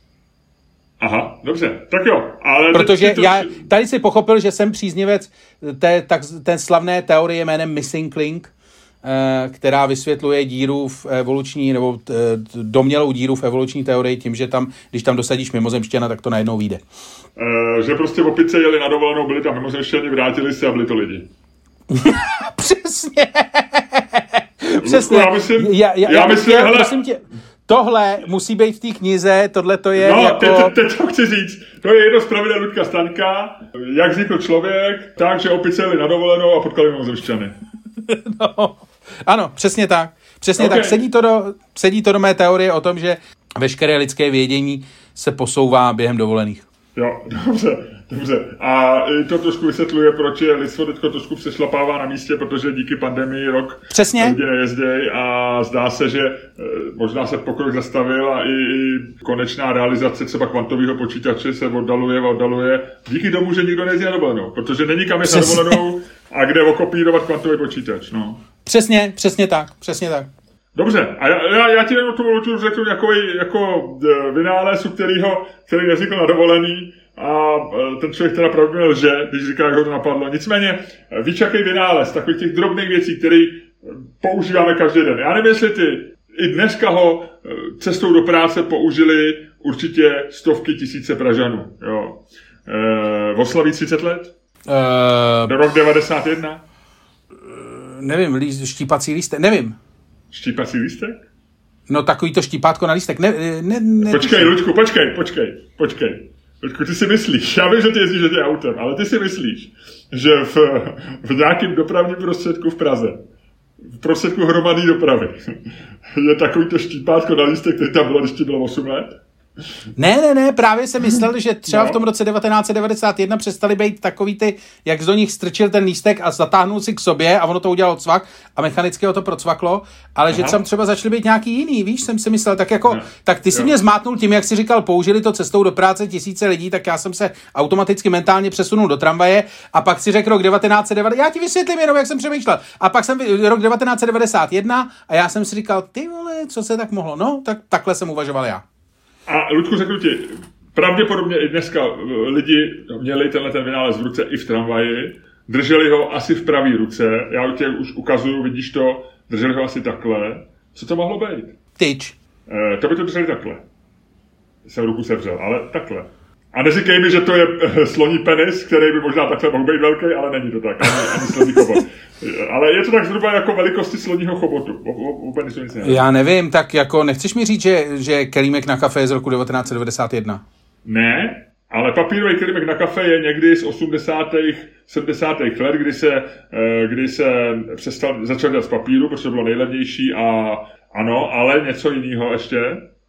Aha, dobře, tak jo. Ale protože to... já tady si pochopil, že jsem příznivec té, tak, té slavné teorie jménem Missing Link, která vysvětluje díru v evoluční, nebo domnělou díru v evoluční teorii tím, že tam, když tam dosadíš mimozemšťana, tak to najednou vyjde. E, že prostě opice jeli na dovolenou, byli tam mimozemšťani, vrátili se a byli to lidi. Přesně. Přesně. Já myslím, já, já, já myslím, já, hele... prosím tě, tohle musí být v té knize, tohle to je no, jako... teď, teď to chci říct. To je jedno z pravidel Luďka Staňka. Jak vznikl člověk, tak, že opice jeli na dovolenou a potkali mimozemšťany. No, ano, přesně tak. Přesně okay. tak. Sedí to, do, sedí to do mé teorie o tom, že veškeré lidské vědění se posouvá během dovolených. Jo, dobře, dobře. A to trošku vysvětluje, proč je lidstvo teďko trošku přešlapává na místě, protože díky pandemii rok Přesně. lidi nejezdějí a zdá se, že možná se pokrok zastavil a i, i konečná realizace třeba kvantového počítače se oddaluje a oddaluje díky tomu, že nikdo nejezdí na dovolenou, protože není kam jít na dovolenou a kde okopírovat kvantový počítač. No. Přesně, přesně tak, přesně tak. Dobře, a já, já, já ti jenom tu Luďku řeknu nějaký jako vynález, kterýho, který nevznikl na dovolený a ten člověk teda pravděpodobně lže, když říká, jak ho to napadlo. Nicméně, víš, jaký vynález, takových těch drobných věcí, které používáme každý den. Já nevím, jestli ty i dneska ho cestou do práce použili určitě stovky tisíce Pražanů. Jo. E, oslaví třicet let? Uh, Rok devadesát jedna? Nevím, líst, štípací lístek, nevím. Štípací lístek? No takový to štípátko na lístek. Ne, ne, ne, počkej, Luďku, počkej, počkej, počkej. Ludku, ty si myslíš, já vím, že ty jezdíš hodně autem, ale ty si myslíš, že v, v nějakém dopravním prostředku v Praze, v prostředku hromadné dopravy, je takovýto štípátko na lístek, který tam bylo, když ti bylo osm let? Ne, ne, ne, právě jsem myslel, že třeba no. v tom roce devatenáct set devadesát jedna přestali být takový ty, jak do nich strčil ten lístek a zatáhnul si k sobě a ono to udělalo cvak a mechanicky ho to procvaklo, ale Aha. že tam třeba začaly být nějaký jiný, víš, jsem si myslel, tak jako, no. tak ty si jo. mě zmátnul tím, jak jsi říkal, použili to cestou do práce tisíce lidí, tak já jsem se automaticky mentálně přesunul do tramvaje a pak si řekl rok devatenáct set devadesát, já ti vysvětlím jenom, jak jsem přemýšlel. A pak jsem rok devatenáct set devadesát jedna a já jsem si říkal, ty vole, co se tak mohlo? No, tak takhle jsem uvažoval já. A Ludku, řeknu ti, pravděpodobně i dneska lidi měli tenhle ten vynález v ruce i v tramvaji, drželi ho asi v pravý ruce, já tě už ukazuju, vidíš to, drželi ho asi takhle. Co to mohlo být? Tyč. E, to by to drželi takhle. Jsem ruku sevřel, ale takhle. A neříkej mi, že to je sloní penis, který by možná takhle mohl být velký, ale není to tak, ani, ani sloní chobot. Ale je to tak zhruba jako velikosti sloního chobotu. Úplně nic nic nevím. Já nevím, tak jako nechceš mi říct, že, že kelímek na kafe je z roku devatenáct set devadesát jedna? Ne, ale papírový kelímek na kafe je někdy z osmdesátých sedmdesátých let, kdy se, kdy se přestal, začal dělat z papíru, protože to bylo nejlevnější a ano, ale něco jiného ještě.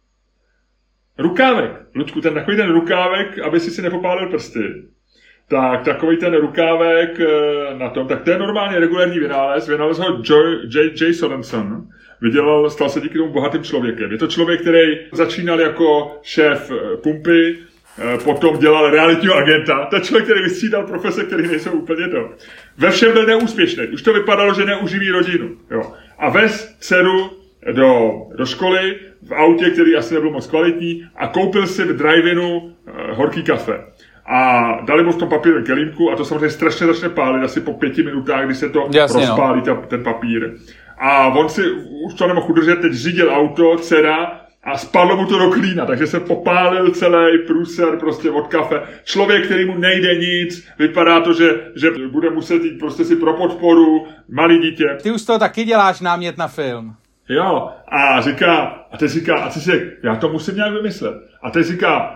Rukávek. Luďku, ten takový ten rukávek, aby si si nepopálil prsty. Tak takový ten rukávek na tom, tak to je normálně regulární vynález. Vynález ho J. J. Sorensen. Vydělal, stal se díky tomu bohatým člověkem. Je to člověk, který začínal jako šéf pumpy, potom dělal realitního agenta. To je člověk, který vystřídal profese, který nejsou úplně to. Ve všem byl neúspěšný. Už to vypadalo, že neuživí rodinu. Jo. A vez dceru do, do školy v autě, který asi nebyl moc kvalitní a koupil si v drive-inu uh, horký kafe. A dali mu v tom papírovém kelímku a to samozřejmě strašně začne pálit asi po pěti minutách, když se to Jasně, rozpálí, no. ta, ten papír. A on si už to nemohl udržet, teď řídil auto, dcera, a spadlo mu to do klína, takže se popálil celý průser prostě od kafe. Člověk, který mu nejde nic, vypadá to, že, že bude muset jít prostě si pro podporu, malý dítě. Ty už to taky děláš námět na film. Jo, a říká, a teď říká, a ty si, já to musím nějak vymyslet. A teď říká,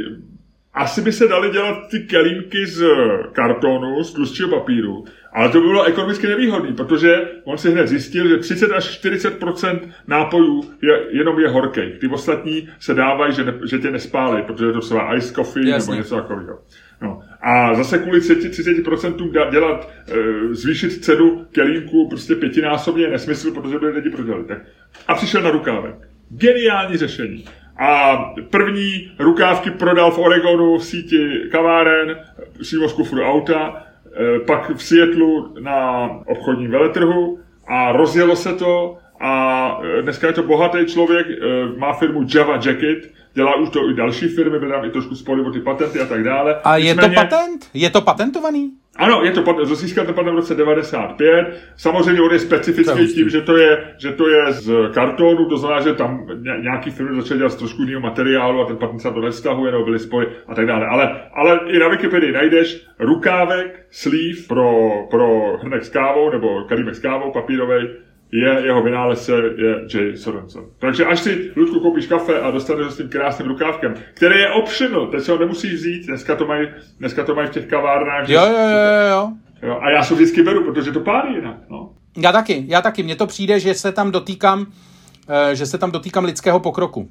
asi by se dali dělat ty kelímky z kartonu, z tlustšího papíru, ale to by bylo ekonomicky nevýhodný, protože on si hned zjistil, že třicet až čtyřicet procent nápojů je, jenom je horkej. Ty ostatní se dávají, že, ne, že tě nespálí, protože je to svá ice coffee Jasně. nebo něco takového. No. A zase kvůli třicet procent dělat, e, zvýšit cenu kelímku prostě pětinásobně je nesmysl, protože by lidi prodělali. Tak. A přišel na rukávek. Geniální řešení. A první rukávky prodal v Oregonu v síti kaváren, přímo z kufru auta, e, pak v Seattlu na obchodním veletrhu a rozjelo se to a dneska je to bohatý člověk, e, má firmu Java Jacket, dělá už to i další firmy, byly tam i trošku spory o ty patenty a tak dále. A je Nicméně, to patent? Je to patentovaný? Ano, je to patent, získal ten patent v roce devadesát pět. Samozřejmě on je specifický tím, že to je, že to je z kartonu, to znamená, že tam nějaký firmy začaly dělat z trošku jiného materiálu a ten patent se to nevztahuje, nebo byly spory a tak dále. Ale, ale i na Wikipedii najdeš rukávek, sleeve pro, pro hrnek s kávou nebo kelímek s kávou papírovej, je jeho vynálezce je J. Sorensen. Takže až si, Ludku, koupíš kafe a dostaneš s tím krásným rukávkem, který je optional, teď se ho nemusíš vzít, dneska to mají, dneska to mají v těch kavárnách. Jo, jo, jo, jo. jo. A já se vždycky beru, protože to pálí jinak. No. Já taky, já taky. Mně to přijde, že se tam dotýkám, že se tam dotýkám lidského pokroku.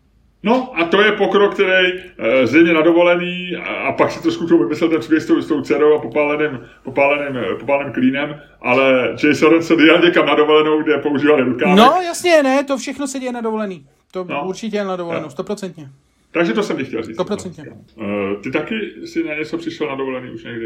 No a to je pokrok, který e, zřejmě na dovolený a, a pak si trošku vymyslel ten příběh s tou, s tou dcerou a popáleným, popáleným, popáleným klínem, ale J. Sorensen jel někam na dovolenou, kde používali rukávek. No jasně, ne, to všechno se děje na dovolený. To no. určitě je na dovolenou, stoprocentně. Takže to jsem ti chtěl říct. Stoprocentně. No. E, ty taky si na něco přišel na dovolený už někdy?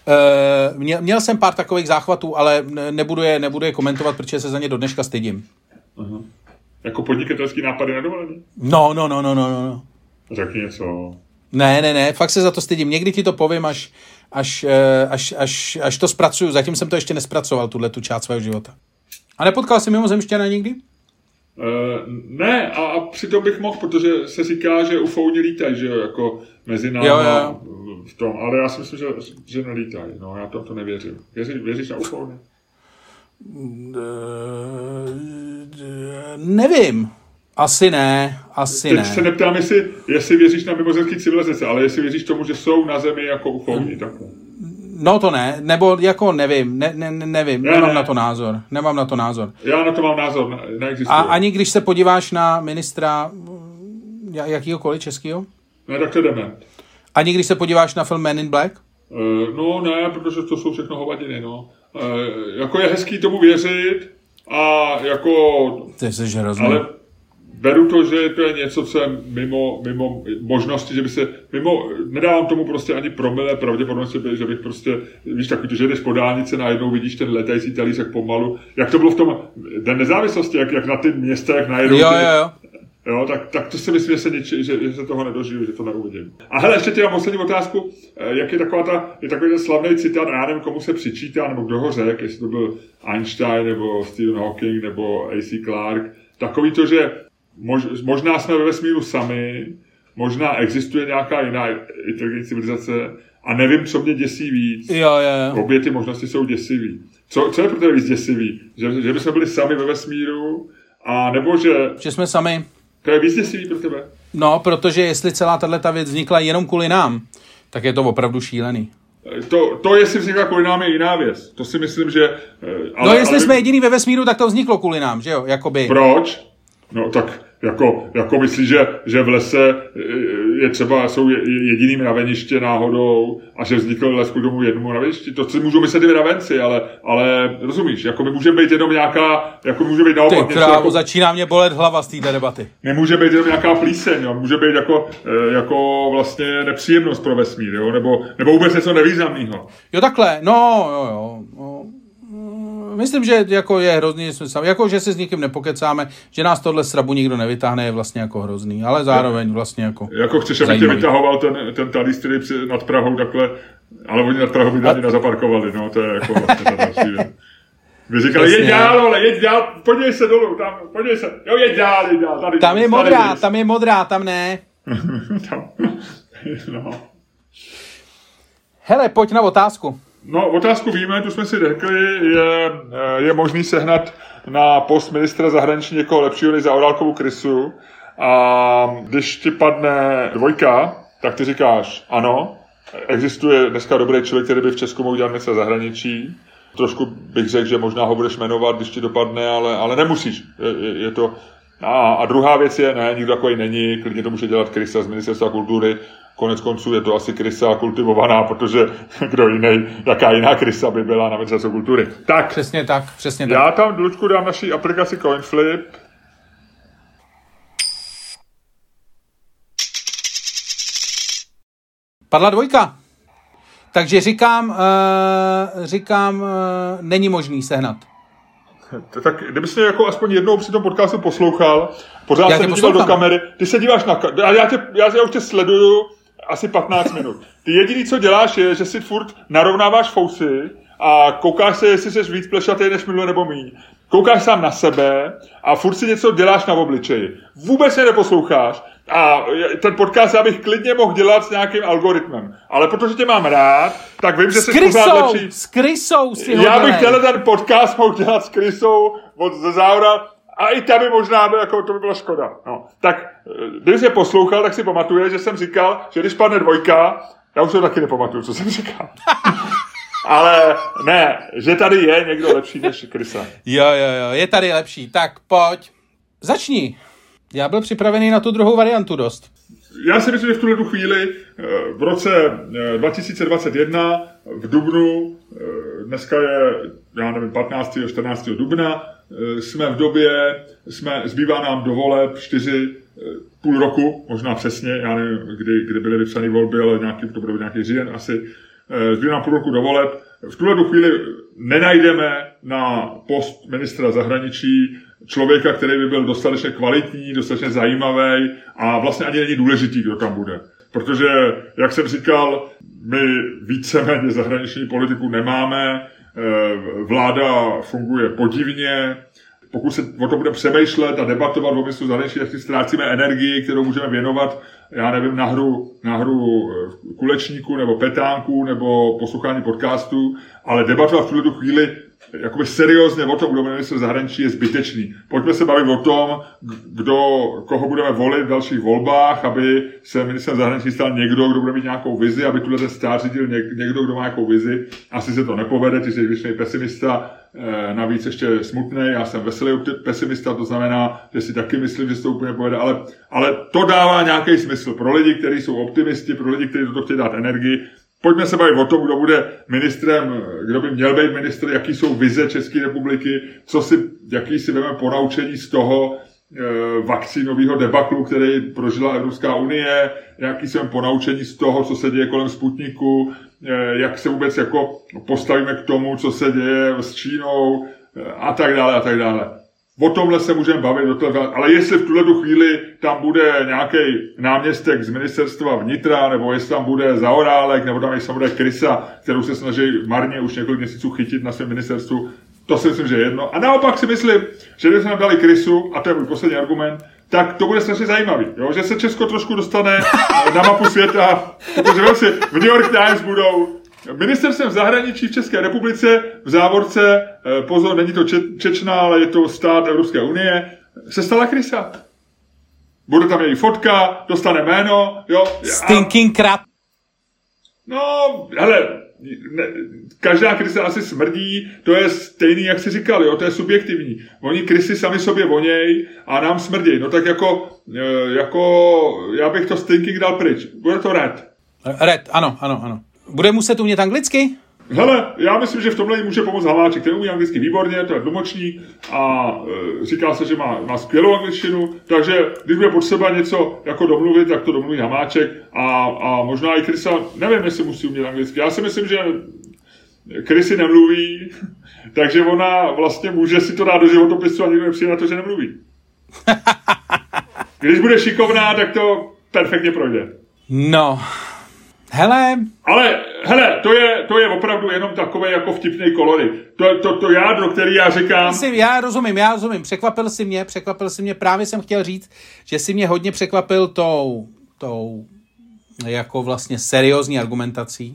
E, měl, měl jsem pár takových záchvatů, ale nebudu je, nebudu je komentovat, protože se za ně do dneška stydím. Aha. Jako podnikatelský nápady na dovolený? No, no, no, no, no, no. Řekni něco. Ne, ne, ne, fakt se za to stydím. Někdy ti to povím, až, až, až, až, až to zpracuju. Zatím jsem to ještě nespracoval, tuhle tu část svého života. A nepotkal jsi mimozemšťana nikdy? Uh, ne, a, a přitom bych mohl, protože se říká, že ufouni lítají, že jo, jako mezi náma jo, jo. v tom, ale já si myslím, že, že nelítají, no, já to, to nevěřím. Věří, věříš na ufouny? Nevím. Asi ne, asi teď ne. se neptám, jestli, jestli věříš na mimozemské civilizace, ale jestli věříš tomu, že jsou na Zemi jako ufouní. Hmm. Takhle. No to ne, nebo jako nevím, ne, ne, nevím, já nemám ne. na to názor, nemám na to názor. Já na to mám názor, ne, neexistuje. A ani když se podíváš na ministra jakýhokoliv českýho? Ne, tak to jdeme. Ani když se podíváš na film Men in Black? Uh, no ne, protože to jsou všechno hovadiny, no. Uh, jako je hezký tomu věřit a jako... Ty jsi hrozný. Ale beru to, že to je něco, co je mimo, mimo možnosti, že by se, mimo, nedávám tomu prostě ani promile pravděpodobnosti, že bych prostě, víš, takový, že jdeš po dálnici, najednou vidíš ten letající talíř jak pomalu, jak to bylo v tom Den nezávislosti, jak, jak na ty města, jak najednou. Jo, jo, jo. Jo, tak, tak to si myslím, že se, něči, že, že se toho nedožiju, že to neuvidím. A hele, ještě ti mám poslední otázku, jak je taková ta, je takový ten slavný citát, já nevím, komu se přičítá, nebo kdo ho řekl, jestli to byl Einstein, nebo Stephen Hawking, nebo A C Clarke, takový to, že mož, možná jsme ve vesmíru sami, možná existuje nějaká jiná inteligentní civilizace a nevím, co mě děsí víc. Jo, jo, jo. Obě ty možnosti jsou děsivý. Co, co je pro tebe víc děsivý? Že, že bychom byli sami ve vesmíru, a nebo že... Že jsme sami. To je víc děsivý pro tebe? No, protože jestli celá tato věc vznikla jenom kvůli nám, tak je to opravdu šílený. To, to jestli vznikla kvůli nám, je jiná věc. To si myslím, že... Ale, no, jestli ale... jsme jediný ve vesmíru, tak to vzniklo kvůli nám, že jo? Jakoby. Proč? No, tak jako, jako myslíš, že, že v lese je třeba, jsou jediným mraveniště náhodou a že vznikl les kvůli tomu jednomu mraveništi. To si můžou myslet i mravenci, ale, ale rozumíš, jako my můžeme být jenom nějaká, jako může být naopak Ty krávo, jako, začíná mě bolet hlava z této debaty. Nemůže být jenom nějaká plíseň, jo? Může být jako, jako vlastně nepříjemnost pro vesmír, jo? Nebo, nebo vůbec něco nevýznamného. Jo, takhle, no, jo, jo, no. Myslím, že jako je hrozný, jako že si s nikým nepokecáme, že nás tohle srabu nikdo nevytáhne, je vlastně jako hrozný, ale zároveň vlastně jako Jako chceš, aby tě vytahoval ten, ten talíř, který nad Prahou takhle, ale oni nad Prahou by ani nezaparkovali, no, to je jako vlastně ta další věc. Vy říkali, jeď dál, ale jeď dál, podívej se dolů, tam, podívej se, jo, jeď dál, jeď dál, tady. Tam je modrá, tam je modrá, tam ne. tam, no. Hele, pojď na otázku. No, otázku víme, tu jsme si řekli, je, je možný sehnat na post ministra zahraničí někoho lepšího než Zaorálkovu Krysu. A když ti padne dvojka, tak ty říkáš ano, existuje dneska dobrý člověk, který by v Česku mohl dělat ministra zahraničí. Trošku bych řekl, že možná ho budeš jmenovat, když ti dopadne, ale, ale nemusíš. Je, je to... a, a druhá věc je, ne, nikdo takový není, klidně to může dělat Krysa z Ministerstva kultury. Konec konců je to asi krysa kultivovaná, protože kdo jiný, jaká jiná krysa by byla na Ministerstvu kultury. Tak. Přesně tak, přesně tak. Já tam, Lučku, dám naší aplikaci CoinFlip. Padla dvojka. Takže říkám, uh, říkám, uh, není možný sehnat. Tak kdybys mě jako aspoň jednou při tom podcastu poslouchal, pořád se díval do kamery, ty se díváš na kameru, já tě, já tě už tě sleduju asi patnáct minut. Ty jediný, co děláš, je, že si furt narovnáváš fousy a koukáš se, jestli jsi víc plešatý než minule nebo míň. Koukáš sám na sebe a furt si něco děláš na obličeji. Vůbec mě neposloucháš a ten podcast já bych klidně mohl dělat s nějakým algoritmem. Ale protože tě mám rád, tak vím, že jsi pořád lepší. S Krysou si ho Já bych tenhle ten podcast mohl dělat s Krysou od Zaura a i tam by možná by, jako, to by byla škoda. No. Tak když jsi poslouchal, tak si pamatuje, že jsem říkal, že když padne dvojka, já už to taky nepamatuju, co jsem říkal. Ale ne, že tady je někdo lepší než Krysa. Jo, jo, jo, je tady lepší. Tak pojď, začni. Já byl připravený na tu druhou variantu dost. Já si myslím, že v tuhle chvíli v roce dva tisíce dvacet jedna v dubnu, dneska je, já nevím, patnáctého čtrnáctého dubna, jsme v době, jsme, zbývá nám do voleb čtyři, půl roku, možná přesně, já nevím, kdy, kdy byly vypsané volby, ale nějaký, to bude nějaký říjen asi, zbývá nám půl roku do voleb. V tuhle chvíli nenajdeme na post ministra zahraničí člověka, který by byl dostatečně kvalitní, dostatečně zajímavý a vlastně ani není důležitý, kdo tam bude. Protože, jak jsem říkal, my víceméně zahraniční politiku nemáme, vláda funguje podivně, pokud se o tom budeme přemýšlet a debatovat o ministru zahraničí, tak si ztrácíme energii, kterou můžeme věnovat, já nevím, na hru, na hru kulečníku nebo petánku nebo poslouchání podcastu, ale debatovat v tuto chvíli jakoby seriózně o tom, kdo bude ministr zahraničí, je zbytečný. Pojďme se bavit o tom, kdo, koho budeme volit v dalších volbách, aby se ministrem zahraničí stal někdo, kdo bude mít nějakou vizi, aby tuhle ten stát řídil někdo, kdo má nějakou vizi. Asi se to nepovede, ty jsi většinej pesimista, navíc ještě smutnej, já jsem veselý pesimista, to znamená, že si taky myslím, že se to úplně povede, ale, ale to dává nějaký smysl pro lidi, kteří jsou optimisti, pro lidi, kteří do toho chtějí dát energii. Pojďme se bavit o tom, kdo bude ministrem, kdo by měl být ministr, jaký jsou vize České republiky, co si, jaký si veme ponaučení z toho e, vakcínového debaklu, který prožila Evropská unie, jaký si veme ponaučení z toho, co se děje kolem Sputniku, e, jak se vůbec jako postavíme k tomu, co se děje s Čínou e, a tak dále a tak dále. O tomhle se můžeme bavit, ale jestli v tuhle chvíli tam bude nějaký náměstek z ministerstva vnitra, nebo jestli tam bude Zaorálek, nebo tam jestli tam bude Krysa, kterou se snaží marně už několik měsíců chytit na svém ministerstvu, to si myslím, že je jedno. A naopak si myslím, že když jsme nám dali Krysu, a to je můj poslední argument, tak to bude strašně zajímavý, jo? Že se Česko trošku dostane na mapu světa, protože si v New York Times budou ministerstvem zahraničí v České republice, v závorce, pozor, není to Čečna, ale je to stát Evropské unie, se stala Krysa. Bude tam její fotka, dostane jméno, jo. Stinking crap. No, hele, ne, každá krysa asi smrdí, to je stejný, jak jsi říkal, jo, to je subjektivní. Oni krysy sami sobě voněj a nám smrdí. No tak jako, jako, já bych to stinking dal pryč. Bude to red. Red, ano, ano, ano. Bude muset umět anglicky? Hele, já myslím, že v tomhle může pomoct Hamáček, ten umí anglicky výborně, to je tlumočník a e, říká se, že má, má skvělou angličtinu, takže když bude potřeba něco jako domluvit, tak to domluví Hamáček a, a možná i Krysa, nevím, jestli musí umět anglicky. Já si myslím, že Krysy nemluví, takže ona vlastně může si to dát do životopisu a nikdo nepřijde na to, že nemluví. Když bude šikovná, tak to perfektně projde. No... Hele. Ale, hele, to je, to je opravdu jenom takové jako vtipnej kolory. To, to, to jádro, který já říkám... Já rozumím, já rozumím. Překvapil si mě, překvapil si mě. Právě jsem chtěl říct, že si mě hodně překvapil tou, tou jako vlastně seriózní argumentací.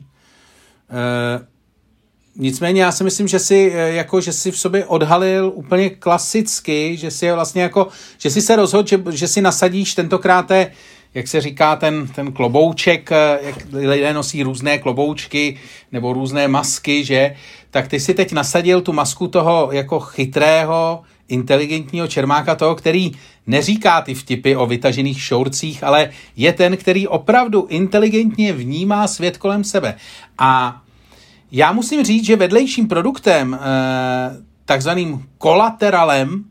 E, nicméně já si myslím, že si, jako, že si v sobě odhalil úplně klasicky, že si vlastně jako, že si se rozhodl, že, že si nasadíš tentokrát, jak se říká, ten, ten klobouček, jak lidé nosí různé kloboučky nebo různé masky, že, tak ty si teď nasadil tu masku toho jako chytrého, inteligentního Čermáka, toho, který neříká ty vtipy o vytažených šourcích, ale je ten, který opravdu inteligentně vnímá svět kolem sebe. A já musím říct, že vedlejším produktem, takzvaným kolateralem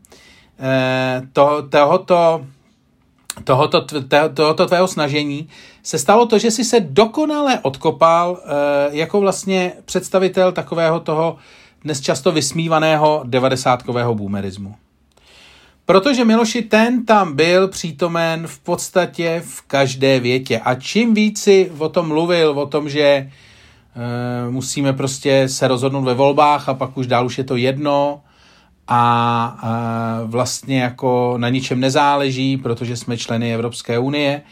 to, tohoto Tohoto, tohoto tvého snažení se stalo to, že jsi se dokonale odkopal jako vlastně představitel takového toho dnes často vysmívaného devadesátkového boomerismu. Protože Miloši, ten tam byl přítomen v podstatě v každé větě. A čím víc si o tom mluvil, o tom, že musíme prostě se rozhodnout ve volbách a pak už dál už je to jedno, a vlastně jako na ničem nezáleží, protože jsme členy Evropské unie.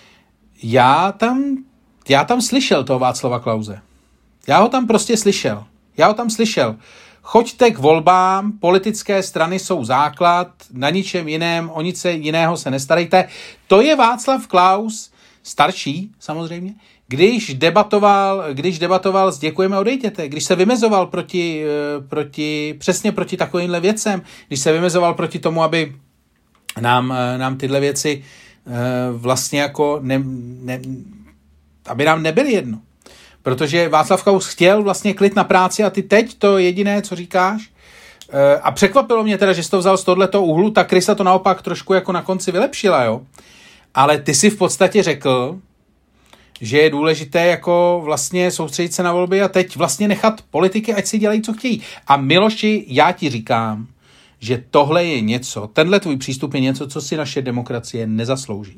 Já tam, já tam slyšel toho Václava Klause. Já ho tam prostě slyšel. Já ho tam slyšel. Choďte k volbám, politické strany jsou základ, na ničem jiném, o nic jiného se nestarejte. To je Václav Klaus, starší samozřejmě, Když debatoval, když debatoval s děkujeme odejděte, když se vymezoval proti, proti, přesně proti takovýmhle věcem, když se vymezoval proti tomu, aby nám, nám tyhle věci vlastně jako ne, ne, aby nám nebyly jedno. Protože Václav Klaus chtěl vlastně klid na práci a ty teď to jediné, co říkáš, a překvapilo mě teda, že jsi to vzal z tohleto úhlu, ta Krysa to naopak trošku jako na konci vylepšila, jo. Ale ty si v podstatě řekl, že je důležité jako vlastně soustředit se na volby a teď vlastně nechat politiky, ať si dělají, co chtějí. A Miloši, já ti říkám, že tohle je něco, tenhle tvůj přístup je něco, co si naše demokracie nezaslouží.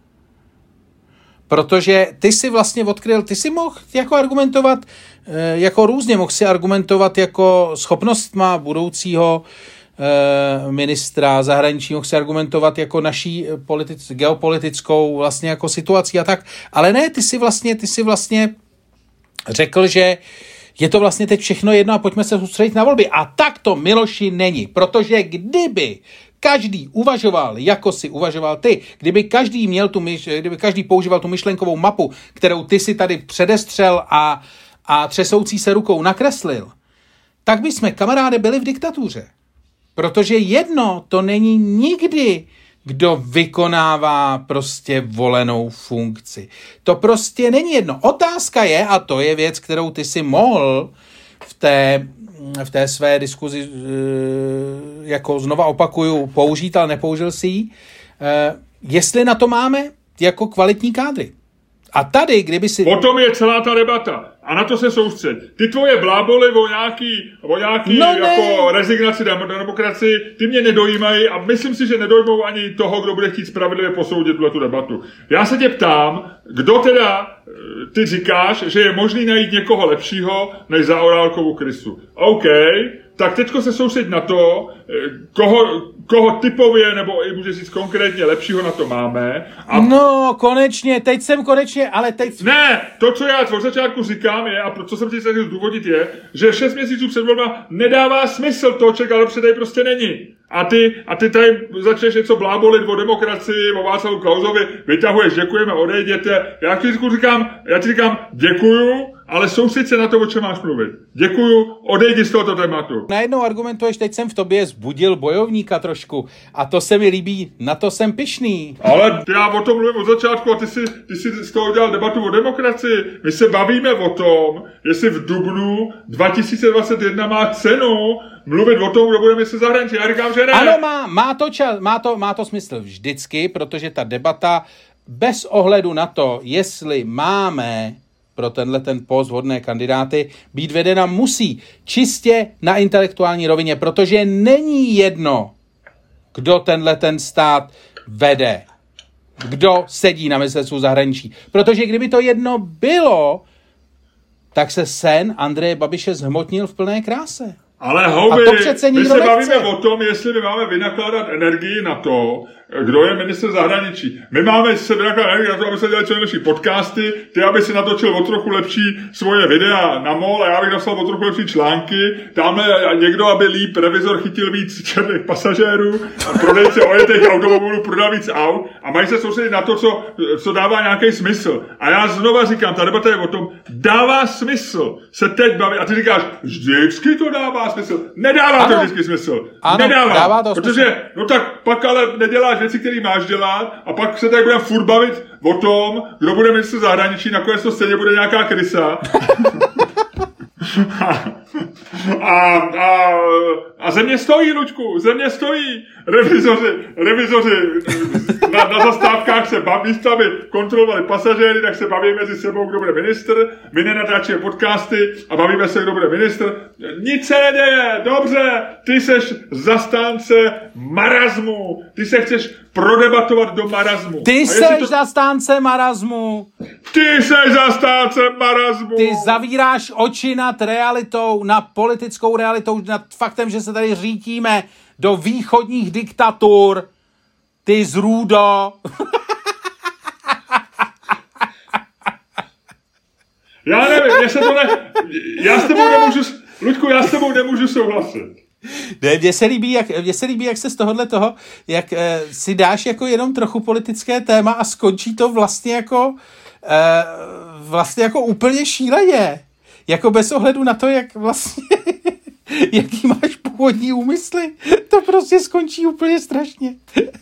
Protože ty si vlastně odkryl, ty si mohl jako argumentovat, jako různě mohl si argumentovat jako schopnostma budoucího ministra zahraničí, mohl si argumentovat jako naší politic, geopolitickou vlastně jako situací a tak, ale ne, ty si vlastně, ty si vlastně řekl, že, je to vlastně teď všechno jedno a pojďme se soustředit na volby. A tak to, Miloši, není, protože kdyby každý uvažoval, jako si uvažoval ty, kdyby každý měl tu myš, kdyby každý používal tu myšlenkovou mapu, kterou ty si tady předestřel a, a třesoucí se rukou nakreslil, tak by jsme, kamaráde, byli v diktatuře. Protože jedno to není nikdy, kdo vykonává prostě volenou funkci. To prostě není jedno. Otázka je, a to je věc, kterou ty si mohl v té, v té své diskuzi, jako znova opakuju, použít, ale nepoužil si ji, jestli na to máme jako kvalitní kádry. A tady, kdyby si... O tom je celá ta debata. A na to se soustřed. Ty tvoje bláboly o nějaký, o nějaký no jako rezignaci na demokracii, ty mě nedojímají a myslím si, že nedojmou ani toho, kdo bude chtít spravedlivě posoudit tu debatu. Já se tě ptám, kdo teda, ty říkáš, že je možný najít někoho lepšího než Zaorálkovu Krysu. OK, tak teďko se soustředit na to, koho, koho typově, nebo i může říct konkrétně lepšího na to máme. A... No, konečně, teď jsem konečně, ale teď... Ne, to, co já od začátku říkám je, a co jsem ti chtěl zdůvodnit je, že šest měsíců před volbama nedává smysl to, čekat, ale předej prostě není. A ty, a ty tady začneš něco blábolit o demokracii, o Václavu Klausovi, vytahuješ, děkujeme, odejděte. Já ti říkám, já ti říkám, děkuju, ale soustřed se na to, o čem máš mluvit. Děkuju, odejdi z tohoto tématu. Najednou argumentuješ, teď jsem v tobě zbudil bojovníka trošku a to se mi líbí, na to jsem pyšný. Ale já o tom mluvím od začátku a ty si, ty si z toho udělal debatu o demokracii. My se bavíme o tom, jestli v dubnu dva tisíce dvacet jedna má cenu mluvit o tom, kdo bude mít se zahraničí. Já říkám, že ne. Ano, má, má, to čas, má, to, má to smysl vždycky, protože ta debata bez ohledu na to, jestli máme pro tenhle ten post vhodné kandidáty být vedena musí čistě na intelektuální rovině, protože není jedno, kdo tenhle ten stát vede, kdo sedí na ministerstvu zahraničí. Protože kdyby to jedno bylo, tak se sen Andreje Babiše zhmotnil v plné kráse. Ale houby, my se bavíme o tom, jestli my máme vynakládat energii na to, kdo je ministr zahraničí. My máme se vynakládat energii na to, aby se dělali co nejlepší podcasty, ty, aby si natočil o trochu lepší svoje videa na mol a já bych napsal o trochu lepší články. Tamhle někdo, aby líp revizor chytil víc černých pasažérů a prodejce ojetých automobilů prodal víc aut a mají se soustředit na to, co, co dává nějaký smysl. A já znova říkám, ta debata je o tom, dává smysl se teď bavit. A ty říkáš, vždycky to dává smysl. Nedává ano. to vždycky smysl. Ano, Nedává. Dává to protože, smysl. no tak pak ale neděláš věci, které máš dělat a pak se tady budeme furt bavit o tom, kdo bude ministr zahraničí, nakonec to stejně bude nějaká krysa. a, a, a země stojí, Luďku, země stojí. Revizoři, revizoři na, na zastávkách se baví, místo aby kontrolovali pasažéry, tak se baví mezi sebou, kdo bude ministr. My nenatáčíme podcasty a bavíme se, kdo bude ministr. Nic se neděje, dobře, ty seš zastánce marazmu, ty se chceš prodebatovat do marazmu. Ty seš to... zastánce marazmu. Ty seš zastánce marazmu. Ty zavíráš oči nad realitou, nad politickou realitou, nad faktem, že se tady řítíme do východních diktatur. Ty zrůdo. Já nevím, já se to ne... Já s tebou nemůžu... Luďku, já s tebou nemůžu souhlasit. Ne, mně se líbí, jak, mně se líbí, jak se z tohohle toho, jak eh, si dáš jako jenom trochu politické téma a skončí to vlastně jako eh, vlastně jako úplně šíleně. Jako bez ohledu na to, jak vlastně jaký máš původní úmysly, to prostě skončí úplně strašně.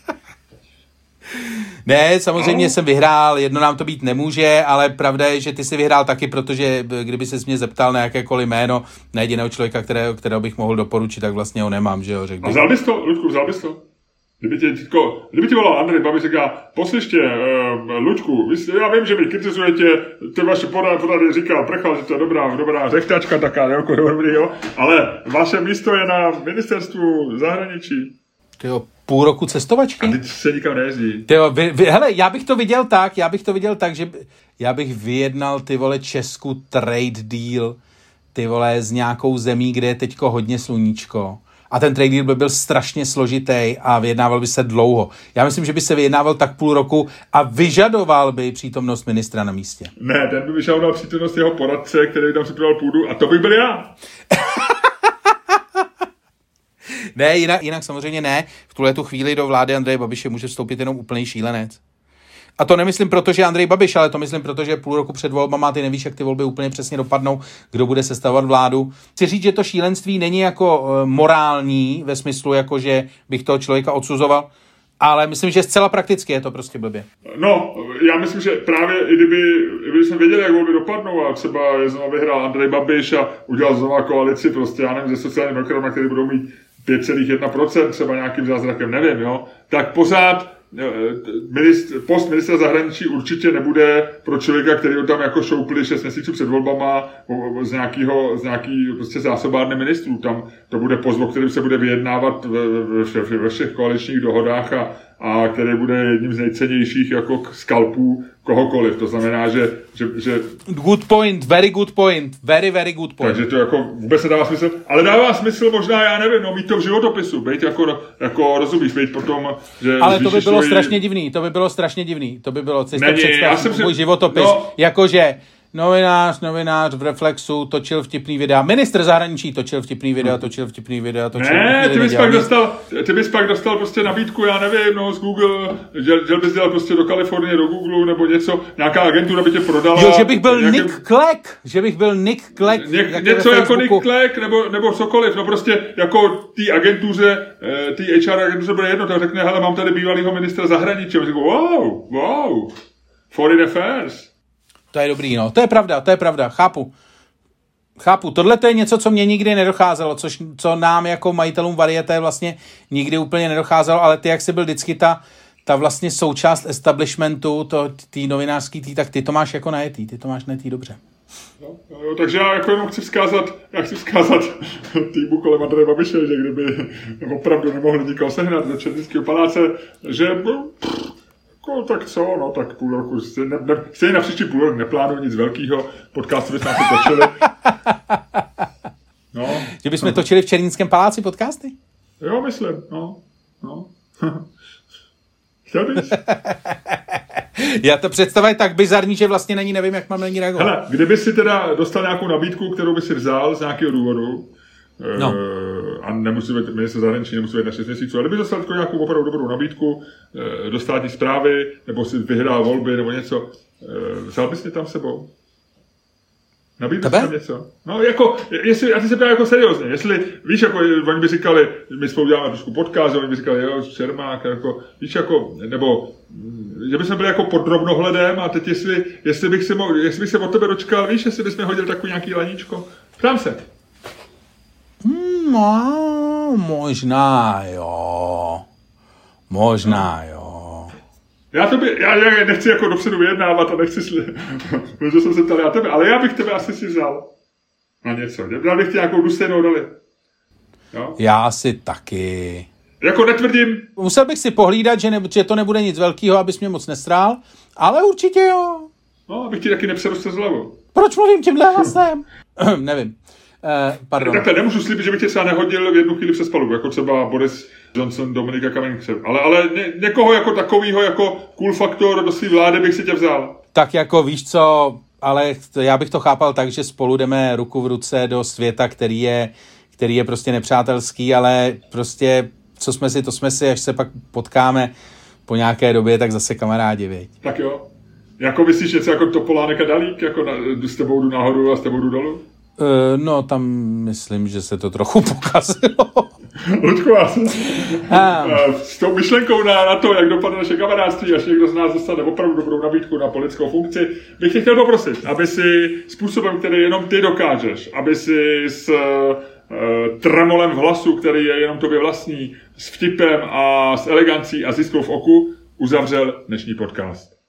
Ne, samozřejmě no. jsem vyhrál, jedno nám to být nemůže, ale pravda je, že ty jsi vyhrál taky, protože kdyby ses mě zeptal na jakékoliv jméno na jediného člověka, kterého, kterého bych mohl doporučit, tak vlastně ho nemám, že jo, řekl bych. A vzal bys to, Luďku, vzal bys to? Kdyby ti, titko, kdyby ti volal Andrej Babiš, říká, poslyšte, uh, Luďku, já vím, že vy kritizujete, ty vaše porady říkal Prchal, že to je dobrá, dobrá řechtačka, taká, jako dobrý, jo, ale vaše místo je na ministerstvu zahraničí. Tyjo, půl roku cestovačky? A teď se nikam nejezdí. Tyjo, vy, vy, hele, já bych to viděl tak, já bych to viděl tak, že já bych vyjednal, ty vole, Česku trade deal, ty vole, s nějakou zemí, kde je teďko hodně sluníčko. a ten trade deal by byl strašně složitý a vyjednával by se dlouho. Já myslím, že by se vyjednával tak půl roku a vyžadoval by přítomnost ministra na místě. Ne, ten by vyžadoval přítomnost jeho poradce, který by tam připravoval půdu a to bych byl já. Ne, jinak, jinak samozřejmě ne. V tuhle tu chvíli do vlády Andreje Babiše může vstoupit jenom úplný šílenec. A to nemyslím proto, že Andrej Babiš, ale to myslím proto, že půl roku před volbama ty nevíš, jak ty volby úplně přesně dopadnou, kdo bude sestavovat vládu. Chci říct, že to šílenství není jako morální ve smyslu, jako že bych toho člověka odsuzoval, ale myslím, že zcela prakticky je to prostě blbě. No, já myslím, že právě i kdyby, kdyby jsme věděli, jak volby dopadnou a třeba je znovu vyhrál Andrej Babiš a udělal znovu koalici, prostě já nevím, ze sociálních demokratů, který budou mít pět celá jedna procenta třeba nějakým zázrakem, nevím, jo, tak pořád Ministr, post ministra zahraničí určitě nebude pro člověka, který ho tam jako šoupli šest měsíců před volbama z nějakého, z nějaký prostě zásobárny ministrů. Tam to bude post, o kterém se bude vyjednávat ve, ve, ve, ve všech koaličních dohodách a, a který bude jedním z nejcennějších jako skalpů kohokoliv. To znamená, že, že, že... Good point, very good point, very, very good point. Takže to jako vůbec nedává smysl, ale dává smysl možná, já nevím, no mít to v životopisu, být jako, jako rozumíš, být potom, že... Ale to by bylo svoji... strašně divný, to by bylo strašně divný, to by bylo, cesta představ můj si... životopis, no. Jakože novinář, novinář v Reflexu točil vtipný videa, ministr zahraničí točil vtipný videa, točil vtipný videa, točil ne, ty bys, pak dostal, ty bys pak dostal prostě nabídku, já nevím, no, z Google, že, že bys dělal prostě do Kalifornie, do Google, nebo něco, nějaká agentura by tě prodala. Jo, že bych byl nějaký... Nick Clegg, že bych byl Nick Clegg. Ně, něco jako Nick Clegg, nebo, nebo cokoliv, no prostě jako té agentuře, té H R agentuře bude jedno, tak řekne, hele, mám tady bývalýho ministra zahraničí, a říkám, wow, wow, foreign affairs. To je dobrý, no. To je pravda, to je pravda. Chápu. Chápu. Tohle to je něco, co mě nikdy nedocházelo, což, co nám jako majitelům Varieté vlastně nikdy úplně nedocházelo, ale ty, jak jsi byl vždycky ta, ta vlastně součást establishmentu, to, tý novinářský tý, tak ty to máš jako najetý, ty to máš najetý dobře. No, no, takže já jako jenom chci vzkázat, já chci vzkázat týmu kolem Andreje Babiše, že kdyby opravdu nemohli nikoho sehnat do Černínského paláce, že... No, tak co, no tak půl roku, stejně, ne, stejně na příští půl rok neplánuju nic velkýho, podcasty bychom si točili. No. Že bychom no. točili v Černínském paláci podcasty? Jo, myslím, no, no. Chtěl bys? Já to představuji tak bizarní, že vlastně není, nevím, jak mám na ní reagovat. Hele, kdyby si teda dostal nějakou nabídku, kterou by si vzal z nějakého důvodu, no. a nemusí být ministr zahraničí, nemusí být na šest měsíců, ale kdyby dostal nějakou opravdu dobrou nabídku do státní správy, nebo si vyhrál volby, nebo něco, vzal bys mě tam sebou? Nabídl bys tam něco? No, jako, jestli, a ty se ptá jako seriózně, jestli, víš, jako, oni by říkali, my spolu děláme trošku podcast, oni by říkali, jo, Čermák, jako, víš, jako, nebo, že bychom byli jako pod drobnohledem a teď jestli, jestli bych se mohl, jestli bych se od tebe dočkal, víš, jestli bys mi hodil takový nějaký laníčko? Ptám se. No, možná jo. Možná jo. Já to by, já, já nechci jako dopředu vyjednávat a nechci, protože jsem se ptal já tebe, ale já bych tebe asi si vzal na něco. Dal bych ti nějakou důstojnou roli. Jo? Já asi taky. Jako netvrdím. Musel bych si pohlídat, že, ne, že to nebude nic velkého, abys mě moc nestrál, ale určitě jo. No, abych ti taky nepřerostl z hlavu. Proč mluvím tímhle hlasem? Nevím. Uh, pardon. Takhle nemůžu slíbit, že bych tě třeba nehodil v jednu chvíli přes palubu, jako třeba Boris Johnson, Dominika Kamenkřev. Ale, ale ně, někoho jako takovýho, jako cool faktor do své vlády bych si tě vzal. Tak jako víš co, ale já bych to chápal tak, že spolu jdeme ruku v ruce do světa, který je, který je prostě nepřátelský, ale prostě co jsme si, to jsme si, až se pak potkáme po nějaké době, tak zase kamarádi, viď. Tak jo. Jako myslíš něco jako Topolánek a Dalík, jako na, s tebou jdu nahoru a s tebou jdu dolů? Uh, no, tam myslím, že se to trochu pokazilo. Ludku, um. s tou myšlenkou na, na to, jak dopadne naše kamarádství, až někdo z nás dostane opravdu dobrou nabídku na politickou funkci, bych tě chtěl poprosit, aby si způsobem, který jenom ty dokážeš, aby si s uh, tremolem v hlasu, který je jenom tobě vlastní, s vtipem a s elegancí a ziskou v oku uzavřel dnešní podcast.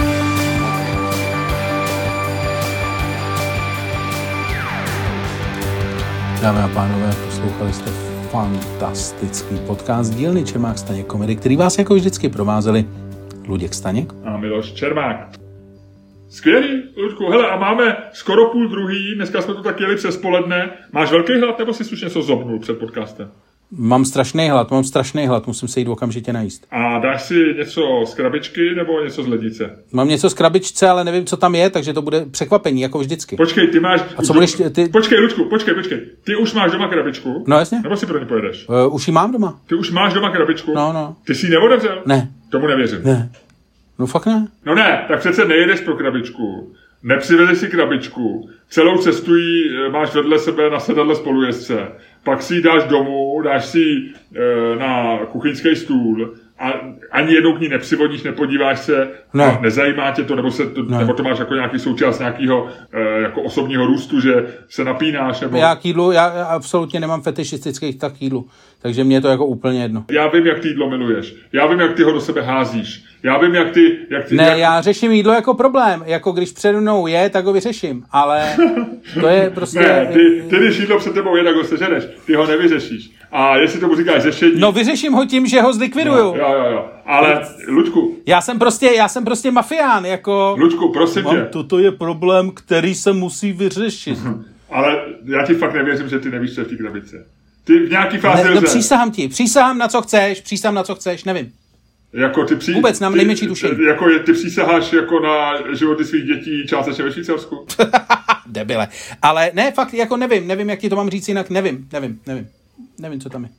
Dámy a pánové, poslouchali jste fantastický podcast dílny Čermák Staněk komedy, který vás jako vždycky provázeli Luděk Staněk a Miloš Čermák. Skvělý, Ludku. Hele, a máme skoro půl druhý, dneska jsme to tak jeli přes poledne. Máš velký hlad, nebo si už něco zobnul před podcastem? Mám strašný hlad, mám strašný hlad, musím se jít okamžitě najíst. A dáš si něco z krabičky nebo něco z lednice? Mám něco z krabičce, ale nevím, co tam je, takže to bude překvapení, jako vždycky. Počkej, ty máš... A co budeš ty? Počkej, Lučku, počkej, počkej. Ty už máš doma krabičku? No jasně. Nebo si pro ně pojedeš? Uh, už ji mám doma. Ty už máš doma krabičku? No, no. Ty jsi ji neodevřel? Ne. Tomu nevěřím. Ne. No fakt ne. No ne, tak přece nejedeš pro krabičku. Nepřivedeš si krabičku, celou cestu jí máš vedle sebe na sedadle spolujezdce, pak si ji dáš domů, dáš si ji e, na kuchyňský stůl a ani jednou k ní nepřivodíš, nepodíváš se, ne. A nezajímá tě to, nebo, se to, nebo to máš jako nějaký součást nějakého e, jako osobního růstu, že se napínáš, nebo... Já k jídlu, já, já absolutně nemám fetišistický tak k jídlu, takže mě je to jako úplně jedno. Já vím, jak ty jídlo miluješ, já vím, jak ty ho do sebe házíš, já vím, jak ty... Jak ty ne, jak... já řeším jídlo jako problém, jako když přede mnou je, tak ho vyřeším, ale to je prostě... Ne, ty, ty když jídlo před tebou je, tak ho seženeš, ty ho nevyřešíš. A jestli tomu říkáš řešení... No vyřeším ho tím, že ho zlikviduju. No, jo, jo, jo. Ale, Luďku... Já jsem prostě, já jsem prostě mafián, jako... Luďku, prosím Mám, tě. Toto je problém, který se musí vyřešit. Ale já ti fakt nevěřím, že ty nevíš, co je v té krabice. Ty v nějaký fázi ne, lze. No přísahám ti, přísahám na co chceš, přísahám na co chceš, nevím. Jako ty pří... Vůbec nám nejmenší tušení. Jako je, ty přísaháš jako na životy svých dětí částečně ve Švýcarsku. Debile. Ale ne, fakt, jako nevím, nevím, jak ti to mám říct jinak, nevím, nevím, nevím. Nevím, co tam je.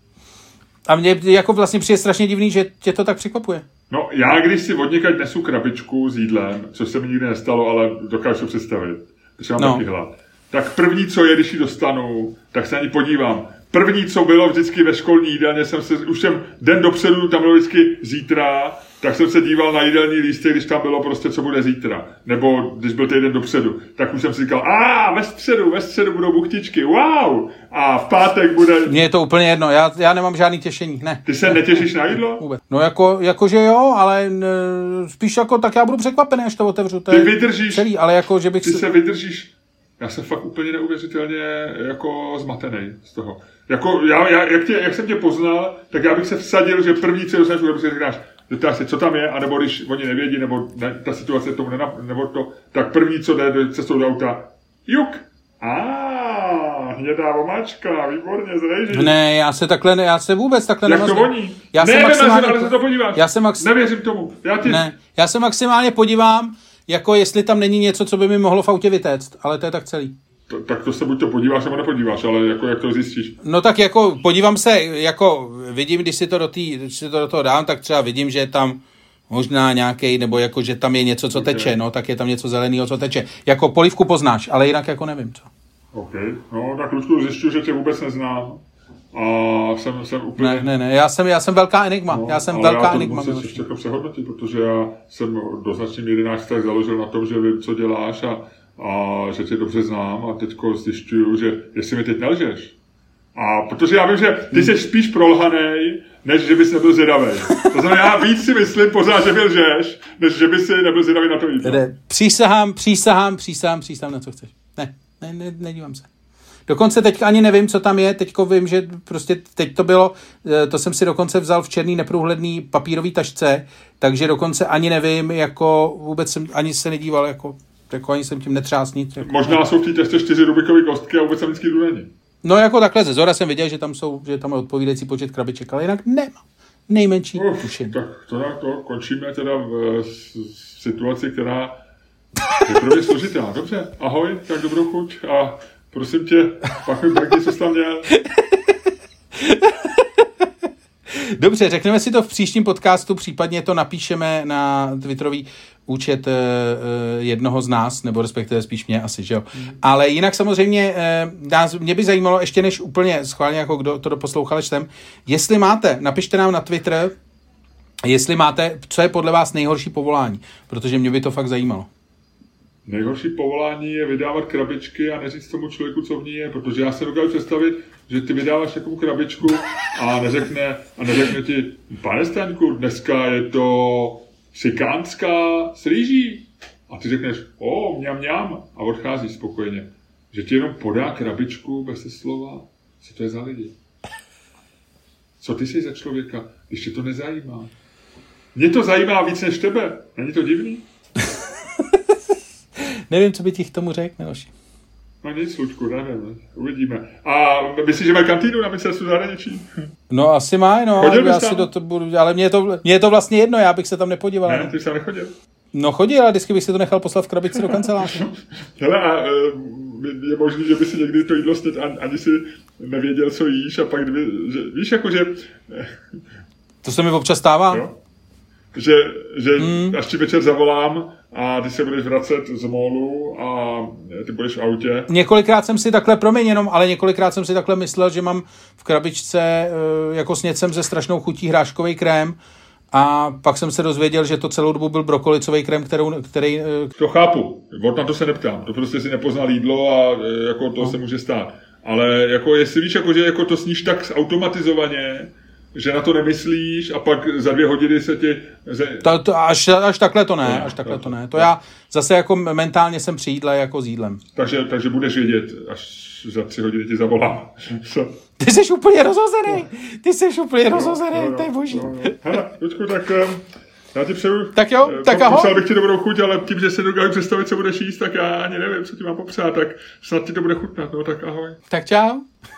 A mě jako vlastně přijde strašně divný, že tě to tak překvapuje. No, já když si od někaď nesu krabičku s jídlem, což se mi nikdy nestalo, ale dokážu představit, protože mám no. taky hlad, tak první, co je, když ji dostanu, tak se na ní podívám. První, co bylo vždycky ve školní jídelně, jsem se, už jsem den dopředu, tam bylo vždycky zítra, tak jsem se díval na jídelní lístek, když tam bylo prostě, co bude zítra. Nebo když byl týden dopředu, tak už jsem si říkal, a ve středu, ve středu budou buchtičky, wow! A v pátek bude... Mně je to úplně jedno, já, já nemám žádný těšení, ne. Ty se netěšíš na jídlo? Vůbec. No jako, jako že jo, ale ne, spíš jako, tak já budu překvapený, až to otevřu. To ty vydržíš, celý, ale jako, že bych ty se... se vydržíš. Já jsem fakt úplně neuvěřitelně jako zmatený z toho. Jako, já, já, jak, tě, jak jsem tě poznal, tak já bych se vsadil, že první, co dostaneš, když si říkáš, zeptáš se, co tam je, anebo když oni nevědí, nebo ne, ta situace tomu nenap, nebo to, tak první, co jde do cestou do auta, juk! A hnědá omáčka, výborně, zrejží. Ne, já se takhle, já se vůbec takhle jak nemaznu. to voní? Já ne, se maximálně, ale se to podíváš. Já se max... Nevěřím tomu. Já, ti... ne, já se maximálně podívám, jako jestli tam není něco, co by mi mohlo v autě vytéct, ale to je tak celý. To, tak to se buď to podíváš, nebo nepodíváš, ale jako jak to zjistíš? No tak jako podívám se, jako vidím, když si to do, tý, když si to do toho dám, tak třeba vidím, že je tam možná nějaký, nebo jako, že tam je něco, co okay. teče, no, tak je tam něco zeleného, co teče. Jako polívku poznáš, ale jinak jako nevím, co. OK, no tak Luďku, zjišťuji, že tě vůbec neznám. A jsem, jsem úplně... Ne, ne, ne, já jsem, já jsem velká enigma, no, já jsem velká enigma. Ale já to musím ještě jako přehodnotit, protože já jsem do značné míry náš vztah založil na tom, že vím, co děláš a, a že tě dobře znám a teďko zjišťuju, že jestli mi teď nelžeš. A protože já vím, že ty jsi spíš prolhanej, než že bys nebyl zvědavej. To znamená, já víc si myslím pořád, že mi lžeš, než že bys nebyl zvědavý na to jídlo. Přísahám, přísahám, přísahám, přísahám, na co chceš. Ne, ne, ne, nedívám se. Dokonce teď ani nevím, co tam je, teďko vím, že prostě teď to bylo, to jsem si dokonce vzal v černý neprůhledný papírový tašce, takže dokonce ani nevím, jako vůbec jsem ani se nedíval, jako, jako ani jsem tím netřás nic. Jako, možná jsou v té tašce čtyři Rubikovy kostky a vůbec jsem vždycky jdu není. No jako takhle ze zhora jsem viděl, že tam jsou, že tam je odpovídající počet krabiček, ale jinak nemám nejmenší Uf, tušení. Tak to, to končíme teda v, v situaci, která je pro mě složitá. Dobře, ahoj, tak dobrou chuť a prosím tě, pak mi brkni, co jsi tam měl. Dobře, řekneme si to v příštím podcastu, případně to napíšeme na Twitterový účet uh, jednoho z nás, nebo respektive spíš mě asi, že jo. Mm. Ale jinak samozřejmě uh, nás, mě by zajímalo, ještě než úplně schválně, jako kdo to doposlouchal sem, jestli máte, napište nám na Twitter, jestli máte, co je podle vás nejhorší povolání, protože mě by to fakt zajímalo. Nejhorší povolání je vydávat krabičky a neříct tomu člověku, co v ní je, protože já se dokážu představit, že ty vydáváš takovou krabičku a neřekne, a neřekne ti, pane Staňku, dneska je to šikánská s rýží. A ty řekneš, o, mňam, mňam, a odcházíš spokojeně. Že ti jenom podá krabičku bez slova. Co to je za lidi? Co ty jsi za člověka, když tě to nezajímá? Mě to zajímá víc než tebe. Není to divný? Nevím, co by ti k tomu řekl, Miloši. No nic, Lučku, nevím, uvidíme. A myslíš, že mají kantýnu na ministerstvu zahraničí? No asi má, no. Chodil já bys si tam? do to budu, ale mně je, to, mně je to vlastně jedno, já bych se tam nepodíval. Ne, ty jsi tam nechodil. No chodil, ale vždycky bych si to nechal poslat v krabici do kanceláře. Hele, a je možný, že by si někdy to jídlo sněd ani, ani si nevěděl, co jíš, a pak kdyby, že, víš, jakože... To se mi občas stává. Jo? Že, že Hmm. až ti večer zavolám a ty se budeš vracet z mólu a ty budeš v autě. Několikrát jsem si takhle, promiň jenom, ale několikrát jsem si takhle myslel, že mám v krabičce e, jako snědcem se strašnou chutí hráškový krém a pak jsem se dozvěděl, že to celou dobu byl brokolicový krém, kterou, který... E, To chápu, od na to se neptám, to prostě si nepoznal jídlo a e, jako to no. se může stát. Ale jako jestli víš, jako, že jako to sníš tak automatizovaně, že na to nemyslíš a pak za dvě hodiny se ti... To, to, až, až takhle to ne, až takhle to ne. To já zase jako mentálně jsem při jídle jako s jídlem. Takže, takže budeš vědět, až za tři hodiny ti zavolám. Ty jsi úplně rozhozený, ty jsi úplně rozhozený, to je boží. No, no. Hele, Lučku, tak já ti přeju... Tak jo, eh, tak ahoj. Popřál bych ti dobrou chuť, ale tím, že si dokážu představit, co budeš jíst, tak já ani nevím, co ti mám popřát, tak snad ti to bude chutnat, no tak ahoj. Tak čau.